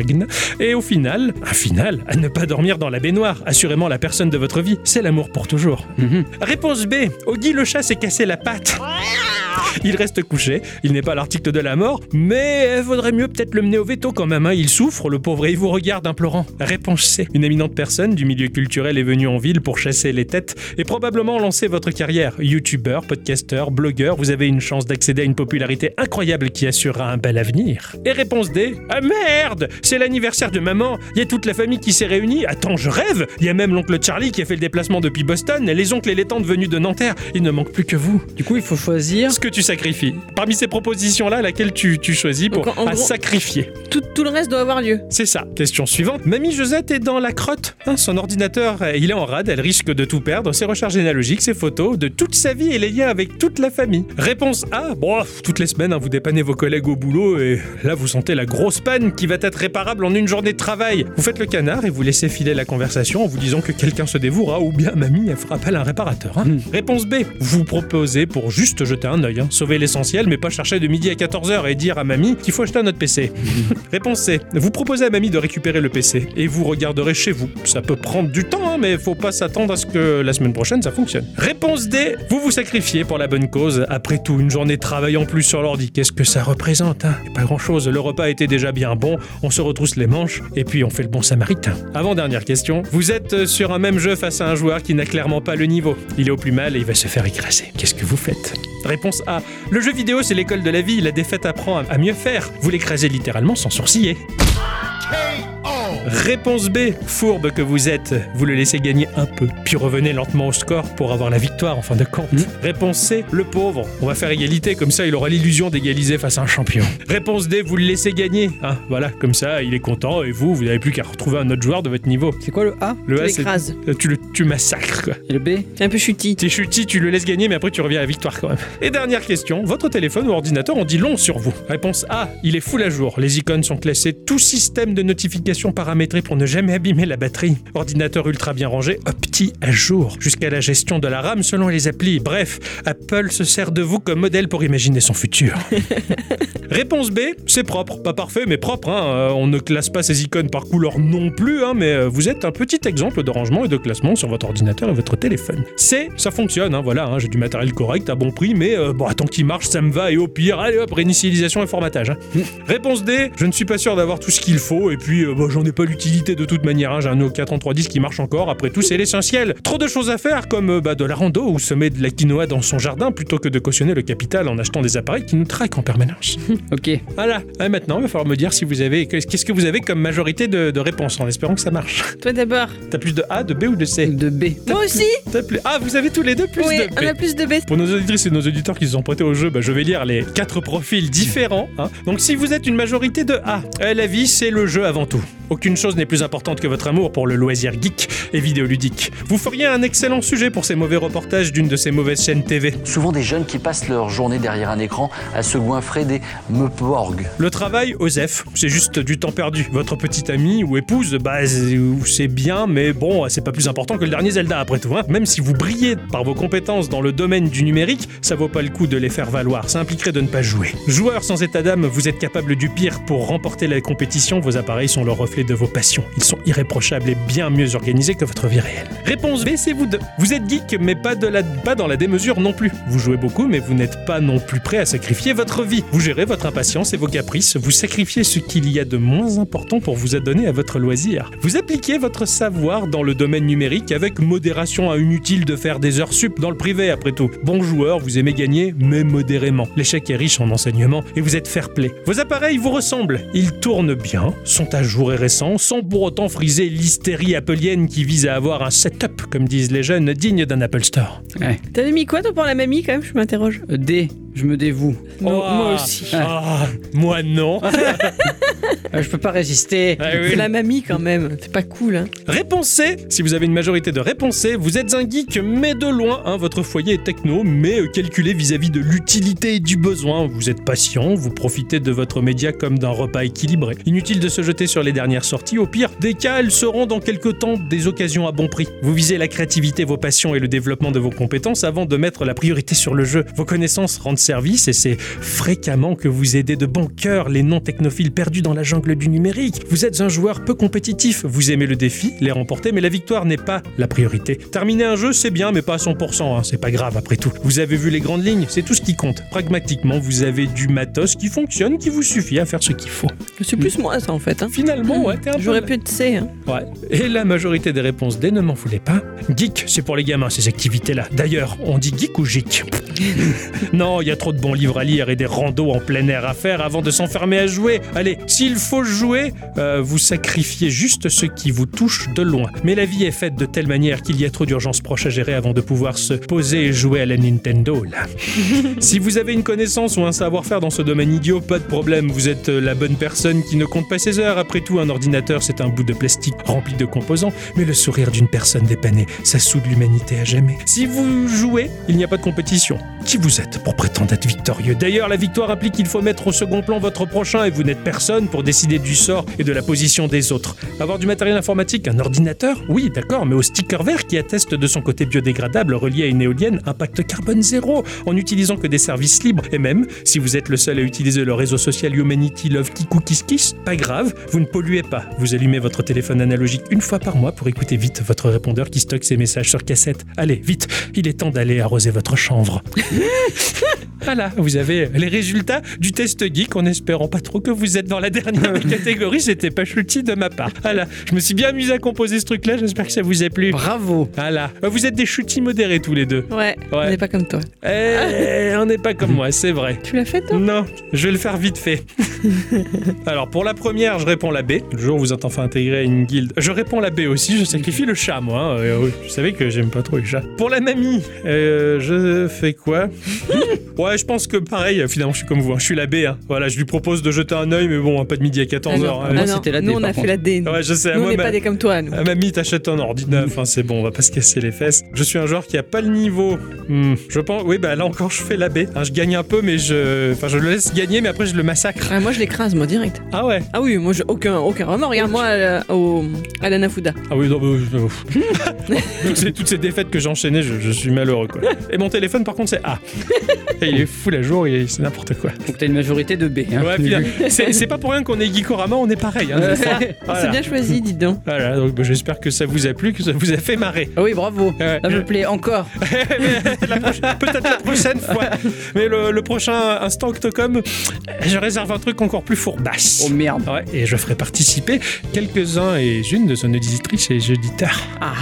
stagne. Et au final, à ne pas dormir dans la baignoire. Assurément, la personne de votre vie, c'est l'amour pour toujours. Réponse B. Oggy le chat s'est cassé la patte. Il reste couché, il n'est pas à l'article de la mort, mais vaudrait mieux peut-être le mener au veto quand même, hein. Il souffre, le pauvre, et il vous regarde implorant. Réponse C. Une éminente personne du milieu culturel est venue en ville pour chasser les têtes et probablement lancer votre carrière. Youtubeur, podcasteur, blogueur, vous avez une chance d'accéder à une popularité incroyable qui assurera un bel avenir. Et réponse D. Ah merde, c'est l'anniversaire de maman, il y a toute la famille qui s'est réunie. Attends, je rêve, il y a même l'oncle Charlie qui a fait le déplacement depuis Boston, les oncles et les tantes venus de Nanterre. Il ne manque plus que vous. Du coup, il faut choisir. Ce que tu sacrifies. Parmi ces propositions-là, laquelle tu choisis pour Donc, en gros, sacrifier. Tout le reste doit avoir lieu. C'est ça. Question suivante. Mamie Josette est dans la crotte. Son ordinateur, il est en rade, elle risque de tout perdre, ses recherches généalogiques, ses photos, de toute sa vie et les liens avec toute la famille. Réponse A. Bon, toutes les semaines, vous dépannez vos collègues au boulot et là, vous sentez la grosse panne qui va être réparable en une journée de travail. Vous faites le canard et vous laissez filer la conversation en vous disant que quelqu'un se dévouera ou bien mamie, elle fera appel à un réparateur. Réponse B. Vous proposez pour juste jeter un œil, sauver l'essentiel, mais pas chercher de midi à 14h et dire à mamie qu'il faut acheter un autre PC. Réponse C. Vous proposez à mamie de récupérer le PC et vous regarderez chez vous. Ça peut prendre du temps, mais faut pas s'attendre à ce que la semaine prochaine ça fonctionne. Réponse D. Vous vous sacrifiez pour la bonne cause. Après tout, une journée de travail en plus sur l'ordi, qu'est-ce que ça représente, Pas grand-chose. Le repas était déjà bien bon, on se retrousse les manches et puis on fait le bon samaritain. Avant-dernière question. Vous êtes sur un même jeu face à un joueur qui n'a clairement pas le niveau. Il est au plus mal et il va se faire écraser. Qu'est-ce que vous faites ? Réponse A. Le jeu vidéo, c'est l'école de la vie. La défaite apprend à mieux faire. Vous l'écrasez littéralement sans sourciller. Réponse B. Fourbe que vous êtes, vous le laissez gagner un peu, puis revenez lentement au score pour avoir la victoire en fin de compte. Réponse C. Le pauvre, on va faire égalité, comme ça il aura l'illusion d'égaliser face à un champion. Réponse D. Vous le laissez gagner, voilà, comme ça il est content et vous n'avez plus qu'à retrouver un autre joueur de votre niveau. C'est quoi le A? Le A, Tu l'écrases. tu massacres, quoi. Et le B? C'est un peu chutis. T'es chutis, tu le laisses gagner, mais après tu reviens à la victoire quand même. Et dernière question, votre téléphone ou ordinateur en dit long sur vous. Réponse A. Il est full à jour, les icônes sont classées, tout système de notification paramétré pour ne jamais abîmer la batterie. Ordinateur ultra bien rangé, opti à jour, jusqu'à la gestion de la RAM selon les applis. Bref, Apple se sert de vous comme modèle pour imaginer son futur. Réponse B, c'est propre. Pas parfait, mais propre. On ne classe pas ces icônes par couleur non plus, mais vous êtes un petit exemple de rangement et de classement sur votre ordinateur et votre téléphone. C, ça fonctionne, voilà, j'ai du matériel correct à bon prix, mais tant qu'il marche, ça me va, et au pire, allez hop, réinitialisation et formatage. Réponse D, je ne suis pas sûr d'avoir tout ce qu'il faut, et puis j'en ai pas l'utilité de toute manière, j'ai un Nokia 3310 qui marche encore, après tout c'est l'essentiel. Trop de choses à faire comme de la rando ou semer de la quinoa dans son jardin plutôt que de cautionner le capital en achetant des appareils qui nous traquent en permanence. Ok. Voilà, maintenant il va falloir me dire si vous avez, qu'est-ce que vous avez comme majorité de réponses en espérant que ça marche. Toi d'abord. T'as plus de A, de B ou de C? De B. Moi aussi. Vous avez tous les deux plus Oui, de B. on a plus de B. Pour nos auditrices et nos auditeurs qui se sont prêtés au jeu, je vais lire les 4 profils différents. Donc si vous êtes une majorité de A, la vie c'est le jeu avant tout. Aucune chose n'est plus importante que votre amour pour le loisir geek et vidéoludique. Vous feriez un excellent sujet pour ces mauvais reportages d'une de ces mauvaises chaînes TV. Souvent des jeunes qui passent leur journée derrière un écran à se goinfrer des meuporgs. Le travail, Osef, c'est juste du temps perdu. Votre petite amie ou épouse, c'est bien, mais bon, c'est pas plus important que le dernier Zelda après tout. Même si vous brillez par vos compétences dans le domaine du numérique, ça vaut pas le coup de les faire valoir. Ça impliquerait de ne pas jouer. Joueur sans état d'âme, vous êtes capable du pire. Pour remporter la compétition, vos appareils sont le reflet de vos passions. Ils sont irréprochables et bien mieux organisés que votre vie réelle. Réponse B, c'est vous deux. Vous êtes geek, mais pas dans la démesure non plus. Vous jouez beaucoup, mais vous n'êtes pas non plus prêt à sacrifier votre vie. Vous gérez votre impatience et vos caprices. Vous sacrifiez ce qu'il y a de moins important pour vous adonner à votre loisir. Vous appliquez votre savoir dans le domaine numérique avec modération, inutile de faire des heures sup dans le privé après tout. Bon joueur, vous aimez gagner, mais modérément. L'échec est riche en enseignements et vous êtes fair-play. Vos appareils vous ressemblent. Ils tournent bien, sont à jour et récents, sans pour autant friser l'hystérie appelienne qui vise à avoir un setup, comme disent les jeunes, digne d'un Apple Store. Ouais. T'avais mis quoi toi pour la mamie quand même? Je m'interroge. D, je me dévoue. Non, moi aussi. Moi non. Je peux pas résister. C'est la mamie quand même. C'est pas cool. Réponse C. Si vous avez une majorité de réponse C, vous êtes un geek, mais de loin. Votre foyer est techno, mais calculé vis-à-vis de l'utilité et du besoin. Vous êtes patient, vous profitez de votre média comme d'un repas équilibré. Inutile de se jeter sur les dernières sorties. Au pire, des cas, elles seront dans quelques temps des occasions à bon prix. Vous visez la créativité, vos passions et le développement de vos compétences avant de mettre la priorité sur le jeu. Vos connaissances rendent service et c'est fréquemment que vous aidez de bon cœur les non-technophiles perdus dans la jungle du numérique. Vous êtes un joueur peu compétitif, vous aimez le défi, les remporter, mais la victoire n'est pas la priorité. Terminer un jeu, c'est bien, mais pas à 100%, c'est pas grave après tout. Vous avez vu les grandes lignes, c'est tout ce qui compte. Pragmatiquement, vous avez du matos qui fonctionne, qui vous suffit à faire ce qu'il faut. C'est plus moi ça en fait. Hein. Finalement, ouais, t'es un peu... J'aurais pu être C. Hein. Ouais. Et la majorité des réponses D, ne m'en voulez pas. Geek, c'est pour les gamins, ces activités-là. D'ailleurs, on dit geek ou geek? Non, il y a trop de bons livres à lire et des randos en plein air à faire avant de s'enfermer à jouer. Allez, s'il faut jouer, vous sacrifiez juste ce qui vous touche de loin. Mais la vie est faite de telle manière qu'il y a trop d'urgences proches à gérer avant de pouvoir se poser et jouer à la Nintendo, là. Si vous avez une connaissance ou un savoir-faire dans ce domaine idiot, pas de problème, vous êtes la bonne personne qui ne compte pas ses heures. Après tout, un ordinateur, c'est un bout de plastique rempli de composants, mais le sourire d'une personne dépanée, ça soude l'humanité à jamais. Si vous jouez, il n'y a pas de compétition. Qui vous êtes pour prétendre être victorieux? D'ailleurs, la victoire implique qu'il faut mettre au second plan votre prochain et vous n'êtes personne pour décider du sort et de la position des autres. Avoir du matériel informatique, un ordinateur? Oui, d'accord, mais au sticker vert qui atteste de son côté biodégradable relié à une éolienne, impact carbone zéro, en n'utilisant que des services libres. Et même, si vous êtes le seul à utiliser le réseau social Humanity Love Kikou Kiss Kiss, pas grave, vous ne polluez pas. Vous allumez votre téléphone analogique une fois par mois pour écouter vite votre répondeur qui stocke ses messages sur cassette. Allez, vite, il est temps d'aller arroser votre chanvre. Voilà, vous avez les résultats du test geek en espérant pas trop que vous êtes dans la dernière des catégories. C'était pas chutis de ma part. Voilà, je me suis bien amusé à composer ce truc-là. J'espère que ça vous a plu. Bravo. Voilà, vous êtes des chutis modérés tous les deux. Ouais, on n'est pas comme toi. On n'est pas comme moi, c'est vrai. Tu l'as fait toi? Non, je vais le faire vite fait. Alors pour la première, je réponds la B. Le jour où vous êtes enfin intégré à une guilde, je réponds la B aussi. Je sacrifie le chat, moi. Vous savez que j'aime pas trop les chats. Pour la mamie, je fais quoi? Ouais, je pense que pareil, finalement, je suis comme vous. Je suis la B. Voilà, je lui propose de jeter un œil, mais bon, pas de midi à 14h. Moi, c'était la D. Nous, on a fait la D. Ouais, je sais. Nous, moi, on n'est pas des comme toi, nous. Mamie, t'achètes un ordi neuf. Enfin, c'est bon, on va pas se casser les fesses. Je suis un joueur qui a pas le niveau. Je pense, oui, bah là encore, je fais la B. Je gagne un peu, mais je le laisse gagner, mais après, je le massacre. Ah, moi, je l'écrase, moi, direct. Ah ouais? Ah oui, moi, aucun remords. Regarde-moi à la Nafuda. Ah oui, non, toutes ces défaites que j'enchaînais, je suis malheureux, quoi. Et mon téléphone, par contre, c'est A. Et il est fou la jour, c'est n'importe quoi. Donc t'as une majorité de B. Ouais, puis, c'est pas pour rien qu'on est Geekorama, on est pareil. Voilà. C'est bien choisi, dis donc. Voilà, donc j'espère que ça vous a plu, que ça vous a fait marrer. Ah oui, bravo. Ça me plaît encore. Peut-être la prochaine fois. Mais le prochain Instant Octocom, je réserve un truc encore plus fourbasse. Oh merde. Ouais, et je ferai participer quelques-uns et une de nos auditrices et auditeurs.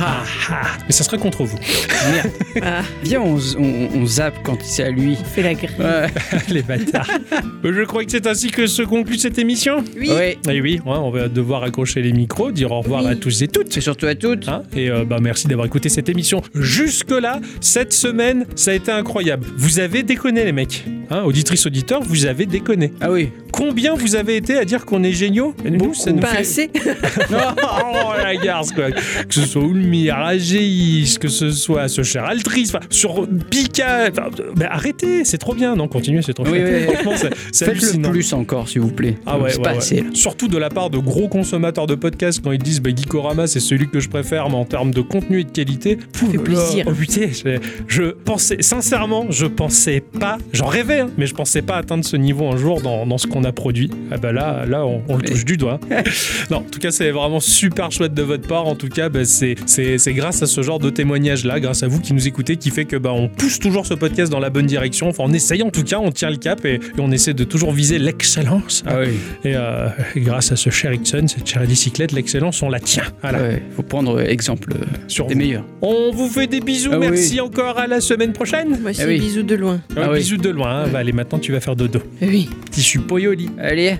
Mais ça sera contre vous. Merde. Viens, on zappe quand c'est à lui. On fait la grille. Les bâtards. Je crois que c'est ainsi que se conclut cette émission. Oui. Et oui, on va devoir accrocher les micros, dire au revoir à tous et toutes. Et surtout à toutes. Et merci d'avoir écouté cette émission jusque-là. Cette semaine, ça a été incroyable. Vous avez déconné, les mecs. Auditrices, auditeurs, vous avez déconné. Ah oui. Combien vous avez été à dire qu'on est géniaux? Nous, ça nous pas fait... assez. Oh la garce, quoi. Que ce soit Oulmir, Agéis, que ce soit ce cher Altrice, sur Pika. Arrêtez, c'est trop bien. Non, continuez, c'est trop bien. Franchement, c'est faites-le hallucinant. Plus encore, s'il vous plaît. Ah ouais, c'est pas assez, là. Surtout de la part de gros consommateurs de podcasts quand ils disent Geekorama, c'est celui que je préfère, mais en termes de contenu et de qualité. Ça fait plaisir. Oh putain, je pensais, sincèrement, pas, j'en rêvais, mais je pensais pas atteindre ce niveau un jour dans ce qu'on a produit. Ah bah là, on le touche du doigt. Non, en tout cas, c'est vraiment super chouette de votre part. En tout cas, c'est grâce à ce genre de témoignages-là, grâce à vous qui nous écoutez, qui fait que on pousse toujours ce podcast dans la bonne direction. Enfin, on essaye en tout cas, on tient le cap et on essaie de toujours viser l'excellence. Ah oui. Et grâce à ce cher Ixon, cette chère bicyclette, l'excellence, on la tient. Voilà. Ouais, faut prendre exemple sur des vous. meilleurs. On vous fait des bisous. Merci encore. À la semaine prochaine. Moi aussi, bisous de loin. Bisous de loin. Allez, maintenant tu vas faire dodo. Oui. Petit support au lit. Allez.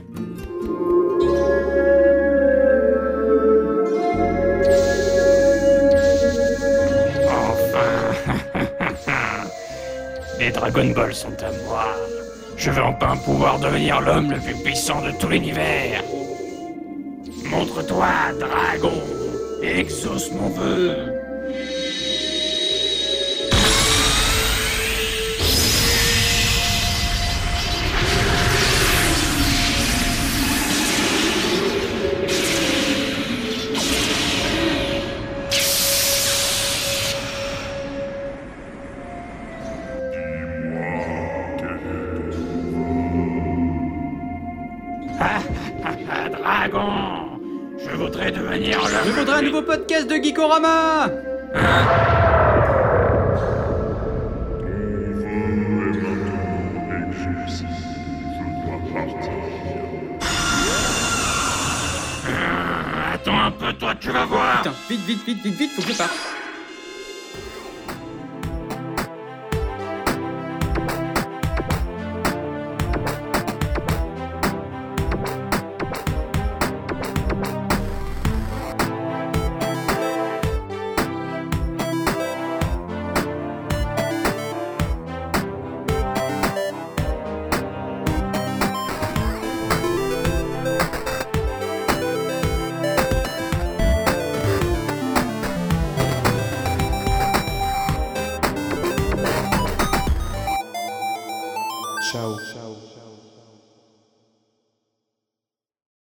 Les Dragon Ball sont à moi. Je vais enfin pouvoir devenir l'homme le plus puissant de tout l'univers. Montre-toi, dragon, et exauce mon vœu. Dragon, je voudrais devenir l'homme... Je voudrais un nouveau podcast de Geekorama. Attends un peu, toi, tu vas voir. Putain, vite, faut que je parte.